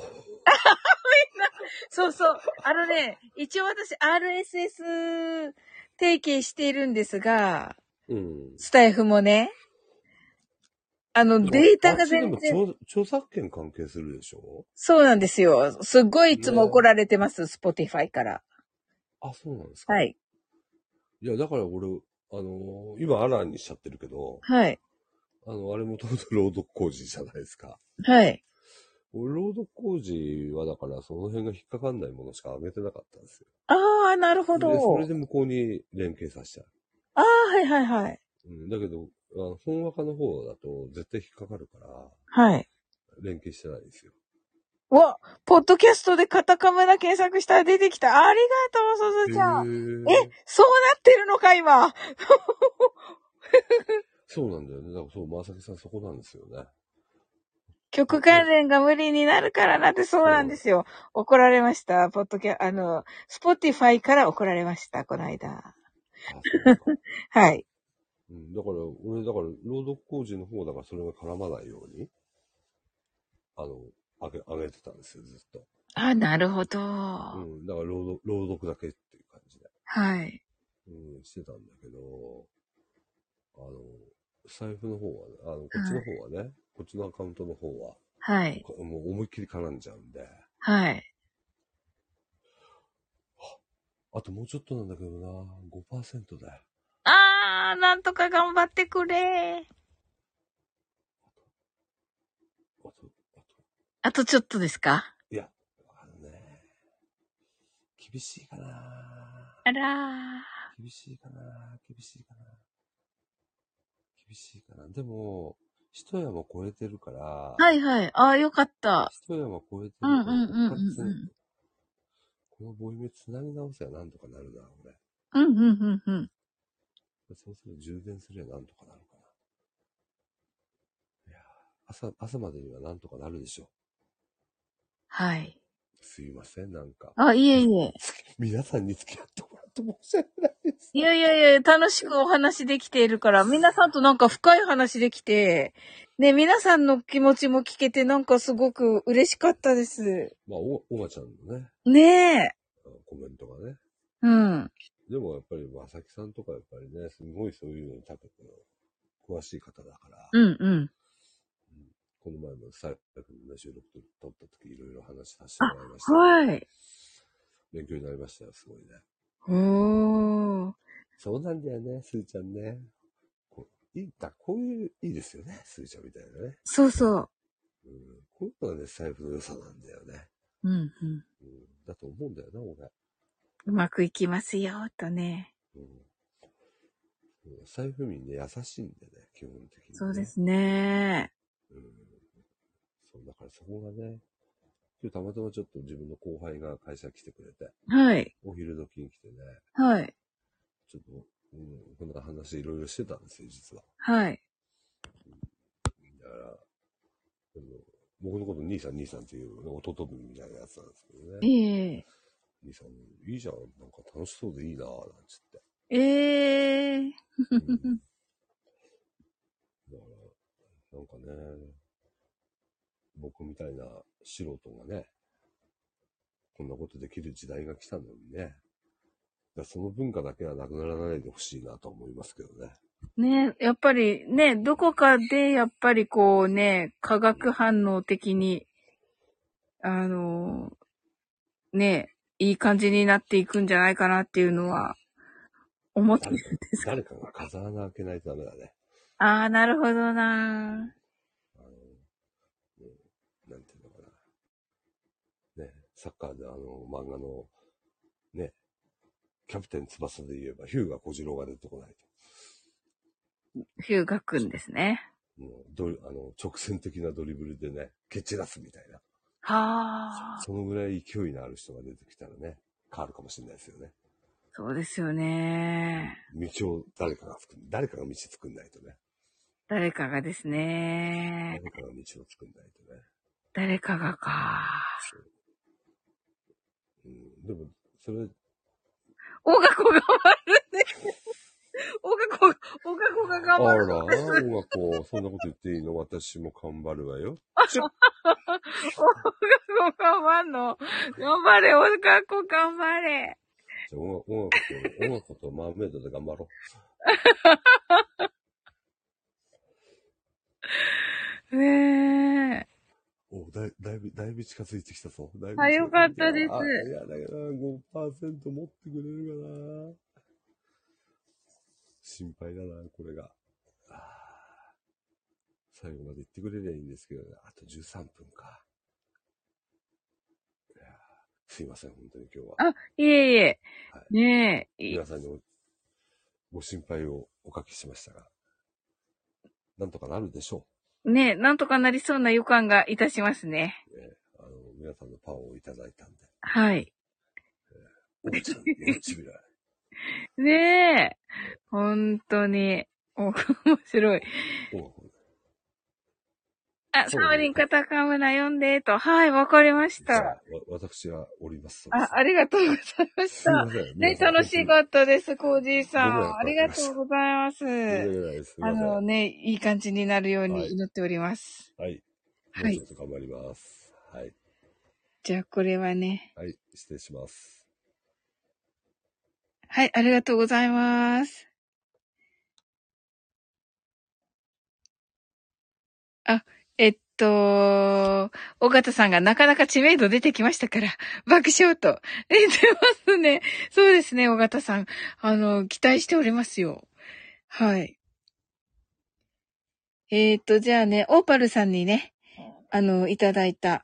そうそう。一応私 RSS 提携しているんですが、 うん。 スタイフもね、データがあっちでも全然、 著作権関係するでしょ？ そうなんですよ。すっごいいつも怒ね。 られてます、Spotify から。 あ、そうなんですか。 はい。 いや、だから俺、今アランにしちゃってるけど、 はい。 あれもともと朗読工事じゃないですか。 はい。 俺、朗読工事はだからその辺が引っかかんないものしか上げてなかったんですよ。 ああ、なるほで、それど。 で向こうに連携させちゃう。 ああ、はいはいはい。 うん、だけど、本若の方だと絶対引っかかるから、 はい。 連携してないんですよ。 ポッドキャストでカタカムナ検索したら出てきた。ありがとう、すずへちゃん。 ー。 そうなってるのか、今。 そうなんだよね。だからそう、まさきさんそこなんですよね。 曲関連が無理になるからなってそうなんですよ。怒られました。スポティファイから怒られました、この間。 あ、そうですか。 はい。 うん、だから、朗読工事の方だからそれが絡まないように、上げてたんですよ、ずっと。 あ、なるほど。 うん、だから朗読だけっていう感じで。 はい。 うん、してたんだけど、財布の方はね、こっちのはい。 方はね、こっちのアカウントの方は、 はい。 もう思いっきり絡んじゃうんで、 はい。 あともうちょっとなんだけどな、5% だよ。 なんとか頑張ってくれ。 あと、 あとちょっとですか？ いや、厳しいかな。 あら厳しいかな。厳しいかな。厳しいかな。でも、一山超えてるから、 はいはい。よかった。 一山超えてうんるから、 うんうんうんこっからうん。 このボイメつなぎ直せばなんとかなるな、俺。 うんうんうんうん。 そうすると充電すればなんとかなるかな。いや朝までにはなんとかなるでしょ。 はい。 すいません、なんか。 いえいえ。 皆さんに付き合ってもらって申し訳ないです。 いやいやいや、楽しくお話できているから、皆さんとなんか深い話できて、ね、皆さんの気持ちも聞けてなんかすごく嬉しかったです。 まあ、おがちゃんのね、 ねえ。 コメントがね。 うん。 でもやっぱり、まさきさんとかやっぱりね、すごいそういうのに詳しい方だから、 うんうん。 この前の最後の、ね、収録撮った時いろいろ話させてもらいました、 はい。 勉強になりましたよ、すごいね。 おー。 そうなんだよね、すーちゃんね。こういう、いいですよね、すーちゃんみたいなね。 そうそう。 うん、こういうのがね、財布の良さなんだよね。 うんうん。 だと思うんだよな、俺。 うまくいきますよ、とね。 財布民ね、優しいんでね、基本的にね。 そうですね。 そう、だからそこがね、今日たまたまちょっと自分の後輩が会社来てくれて、 はい。 お昼時に来てね、 はい。 ちょっと、こんな話いろいろしてたんですよ、実は。 はい。 だから、僕のこと兄さんっていう弟分みたいなやつなんですけどね。 ええ兄さん、いいじゃん、なんか楽しそうでいいなぁ、なんつって。 ええだから、なんかね、僕みたいな素人がね、こんなことできる時代が来たのにね、その文化だけはなくならないでほしいなと思いますけどね。 ね、やっぱりね、どこかでやっぱりこうね、化学反応的に、ね、いい感じになっていくんじゃないかなっていうのは思ってるんですか。 誰かが風穴開けないとダメだね。 なるほどな。 なんていうのかな。ね、サッカーで漫画の、ね、キャプテン翼で言えば、ヒューガ小次郎が出てこないと。 ヒューガくんですね。 もう直線的なドリブルでね、蹴散らすみたいな。 はあ。 そのぐらい勢いのある人が出てきたらね、 変わるかもしれないですよね。 そうですよね。 道を誰かが道作んないとね。 誰かがですね。 誰かが道を作んないとね。 誰かがか。 うん、でも、それ、 音楽を頑張るね。音楽が頑張る。 あら、音楽を、そんなこと言っていいの？私も頑張るわよ。 音楽を頑張るの。頑張れ、音楽を頑張れ。 じゃあ音楽とマーメイドで頑張ろう。ねえ。 お、だいぶ近づいてきたぞ。だいぶあ、 近づいてきた。 よかったです。 いや、だけどな、5% 持ってくれるかな。心配だな、これが。最後まで言ってくれりゃいいんですけどね。あと13分か。いやすいません、本当に今日は。 あ、いえいえ。 はい、 ねえ。 皆さんにご心配をおかけしましたが、なんとかなるでしょねえ、なんとかなりそうな予感がいたしますね。 う。皆さんのパワーをいただいたんで。 はい。 おばちゃん、よっちびらい。 ねえ。本当に。面白い。あ、サウリンカタカムナ読んで、と。はい、わかりました。 私がおります。 ありがとうございました。 すいません。 ね、楽しかったです、コージーさん。ありがとうございます。ね、いい感じになるように祈っております。 はい。 はい。 もうちょっと頑張ります。はい。 じゃあ、これはね。 はい、失礼します。 はい、ありがとうございます。あ、尾形さんがなかなか知名度出てきましたから、爆笑と。出てますね。そうですね、尾形さん。期待しておりますよ。はい。じゃあね、オーパルさんにね、いただいた、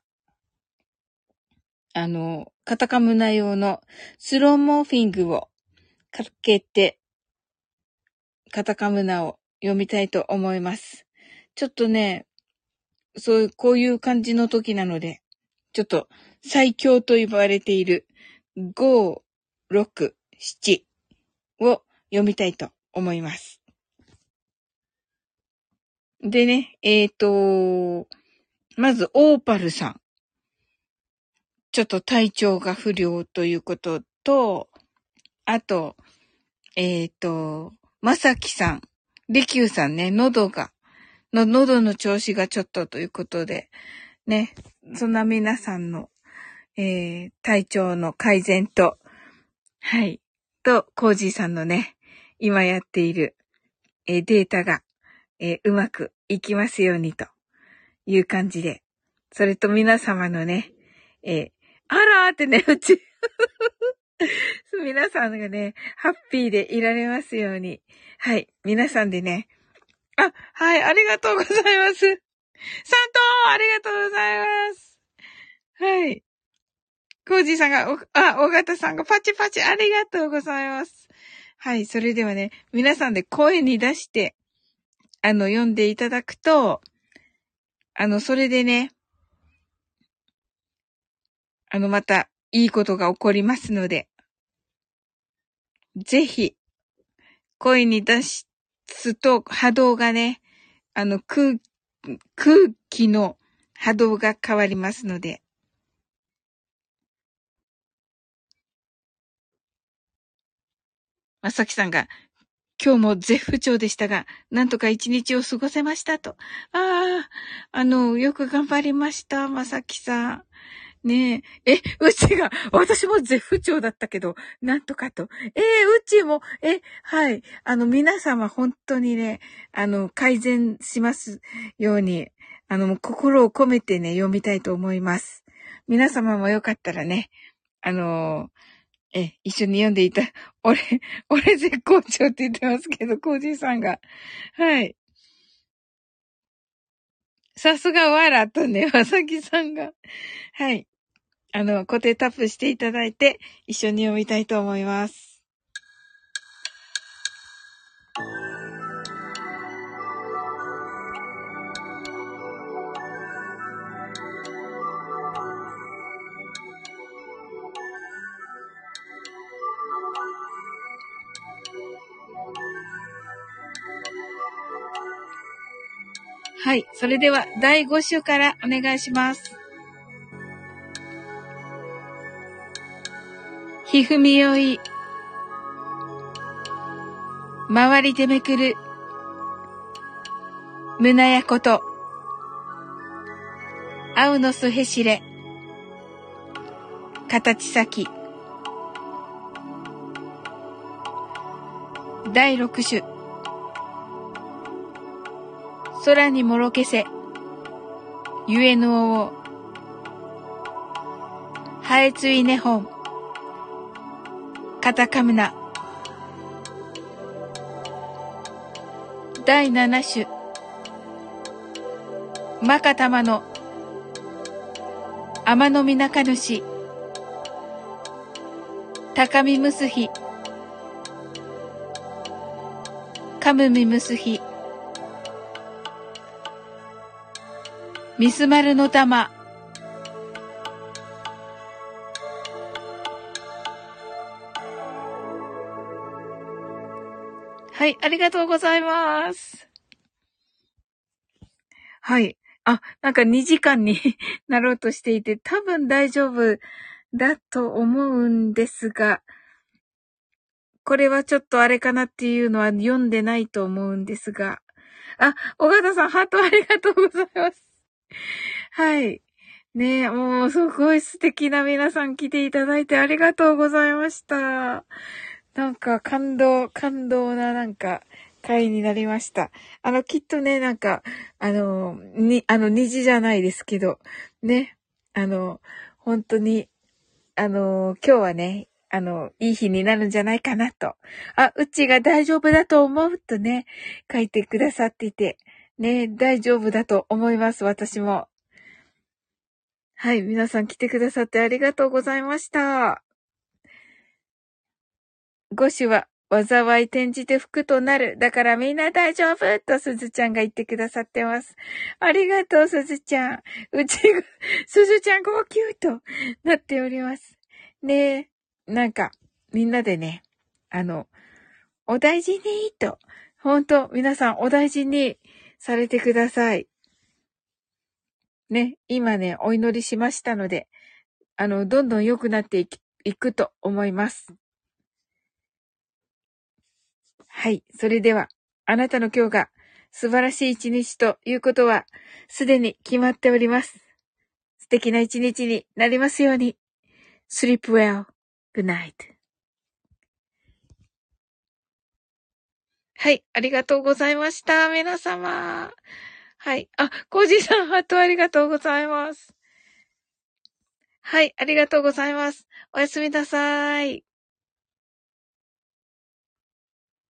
カタカムナ用のスローモーフィングをかけて、カタカムナを読みたいと思います。ちょっとね、こういう感じの時なので、ちょっと最強と言われている5、6、7を読みたいと思います。でね、まずオーパルさん。ちょっと体調が不良ということと、あと、まさきさん、りきゅうさんね、喉の調子がちょっとということで、ね、そんな皆さんの、体調の改善と、はい、と、コージーさんのね、今やっている、データが、うまくいきますようにという感じで、それと皆様のね、あらーってね、うち皆さんがね、ハッピーでいられますように。はい。皆さんでね。はい。ありがとうございます。サントありがとうございます。はい。コージーさんが、尾形さんがパチパチありがとうございます。はい。それではね、皆さんで声に出して、読んでいただくと、それでね、また、いいことが起こりますので、ぜひ、声に出すと波動がね、空気の波動が変わりますので。まさきさんが、今日も絶不調でしたが、なんとか一日を過ごせましたと。よく頑張りました、まさきさん。ねえ。うちが、私も絶不調だったけど、なんとかと。うちも、はい。皆様本当にね、改善しますように、心を込めてね、読みたいと思います。皆様もよかったらね、一緒に読んでいた、俺絶好調って言ってますけど、コージーさんが。はい。さすがわらとね、まさきさんが。はい。固定タップしていただいて、一緒に読みたいと思います。 はい。それでは、第5週からお願いします。ひふみよい。周りでめくる。胸やこと。青のすへしれ。形先。第6種。空にもろけせ。ゆえぬお。はえついねほん。カタカムナ。第7種。マカタマの。天のみなかぬし。高みむすひ。かむみむすひ。みすまるのたま。はい、ありがとうございます。はい。あ、なんか2時間になろうとしていて、多分大丈夫だと思うんですが、これはちょっとあれかなっていうのは読んでないと思うんですが。あ、尾形さん、ハートありがとうございます。はい。ねえ、もうすごい素敵な皆さん来ていただいてありがとうございました。なんか感動ななんか回になりました。きっとね、なんか、虹じゃないですけど、ね、本当に、今日はね、いい日になるんじゃないかなと。あ、うちが大丈夫だと思うとね、書いてくださっていて、ね、大丈夫だと思います、私も。はい、皆さん来てくださってありがとうございました。5種は、災い転じて福となる。だからみんな大丈夫とすずちゃんが言ってくださってます。ありがとう、すずちゃん。うちが、すずちゃん号泣となっております。ねえ、なんか、みんなでね、お大事にと、ほんと、皆さんお大事にされてください。ね、今ね、お祈りしましたので、どんどん良くなっていくと思います。はい。それでは、あなたの今日が素晴らしい一日ということは、すでに決まっております。素敵な一日になりますように。Sleep well. Good night. はい。ありがとうございました。皆様。はい。あ、コージーさん、ハートありがとうございます。はい。ありがとうございます。おやすみなさい。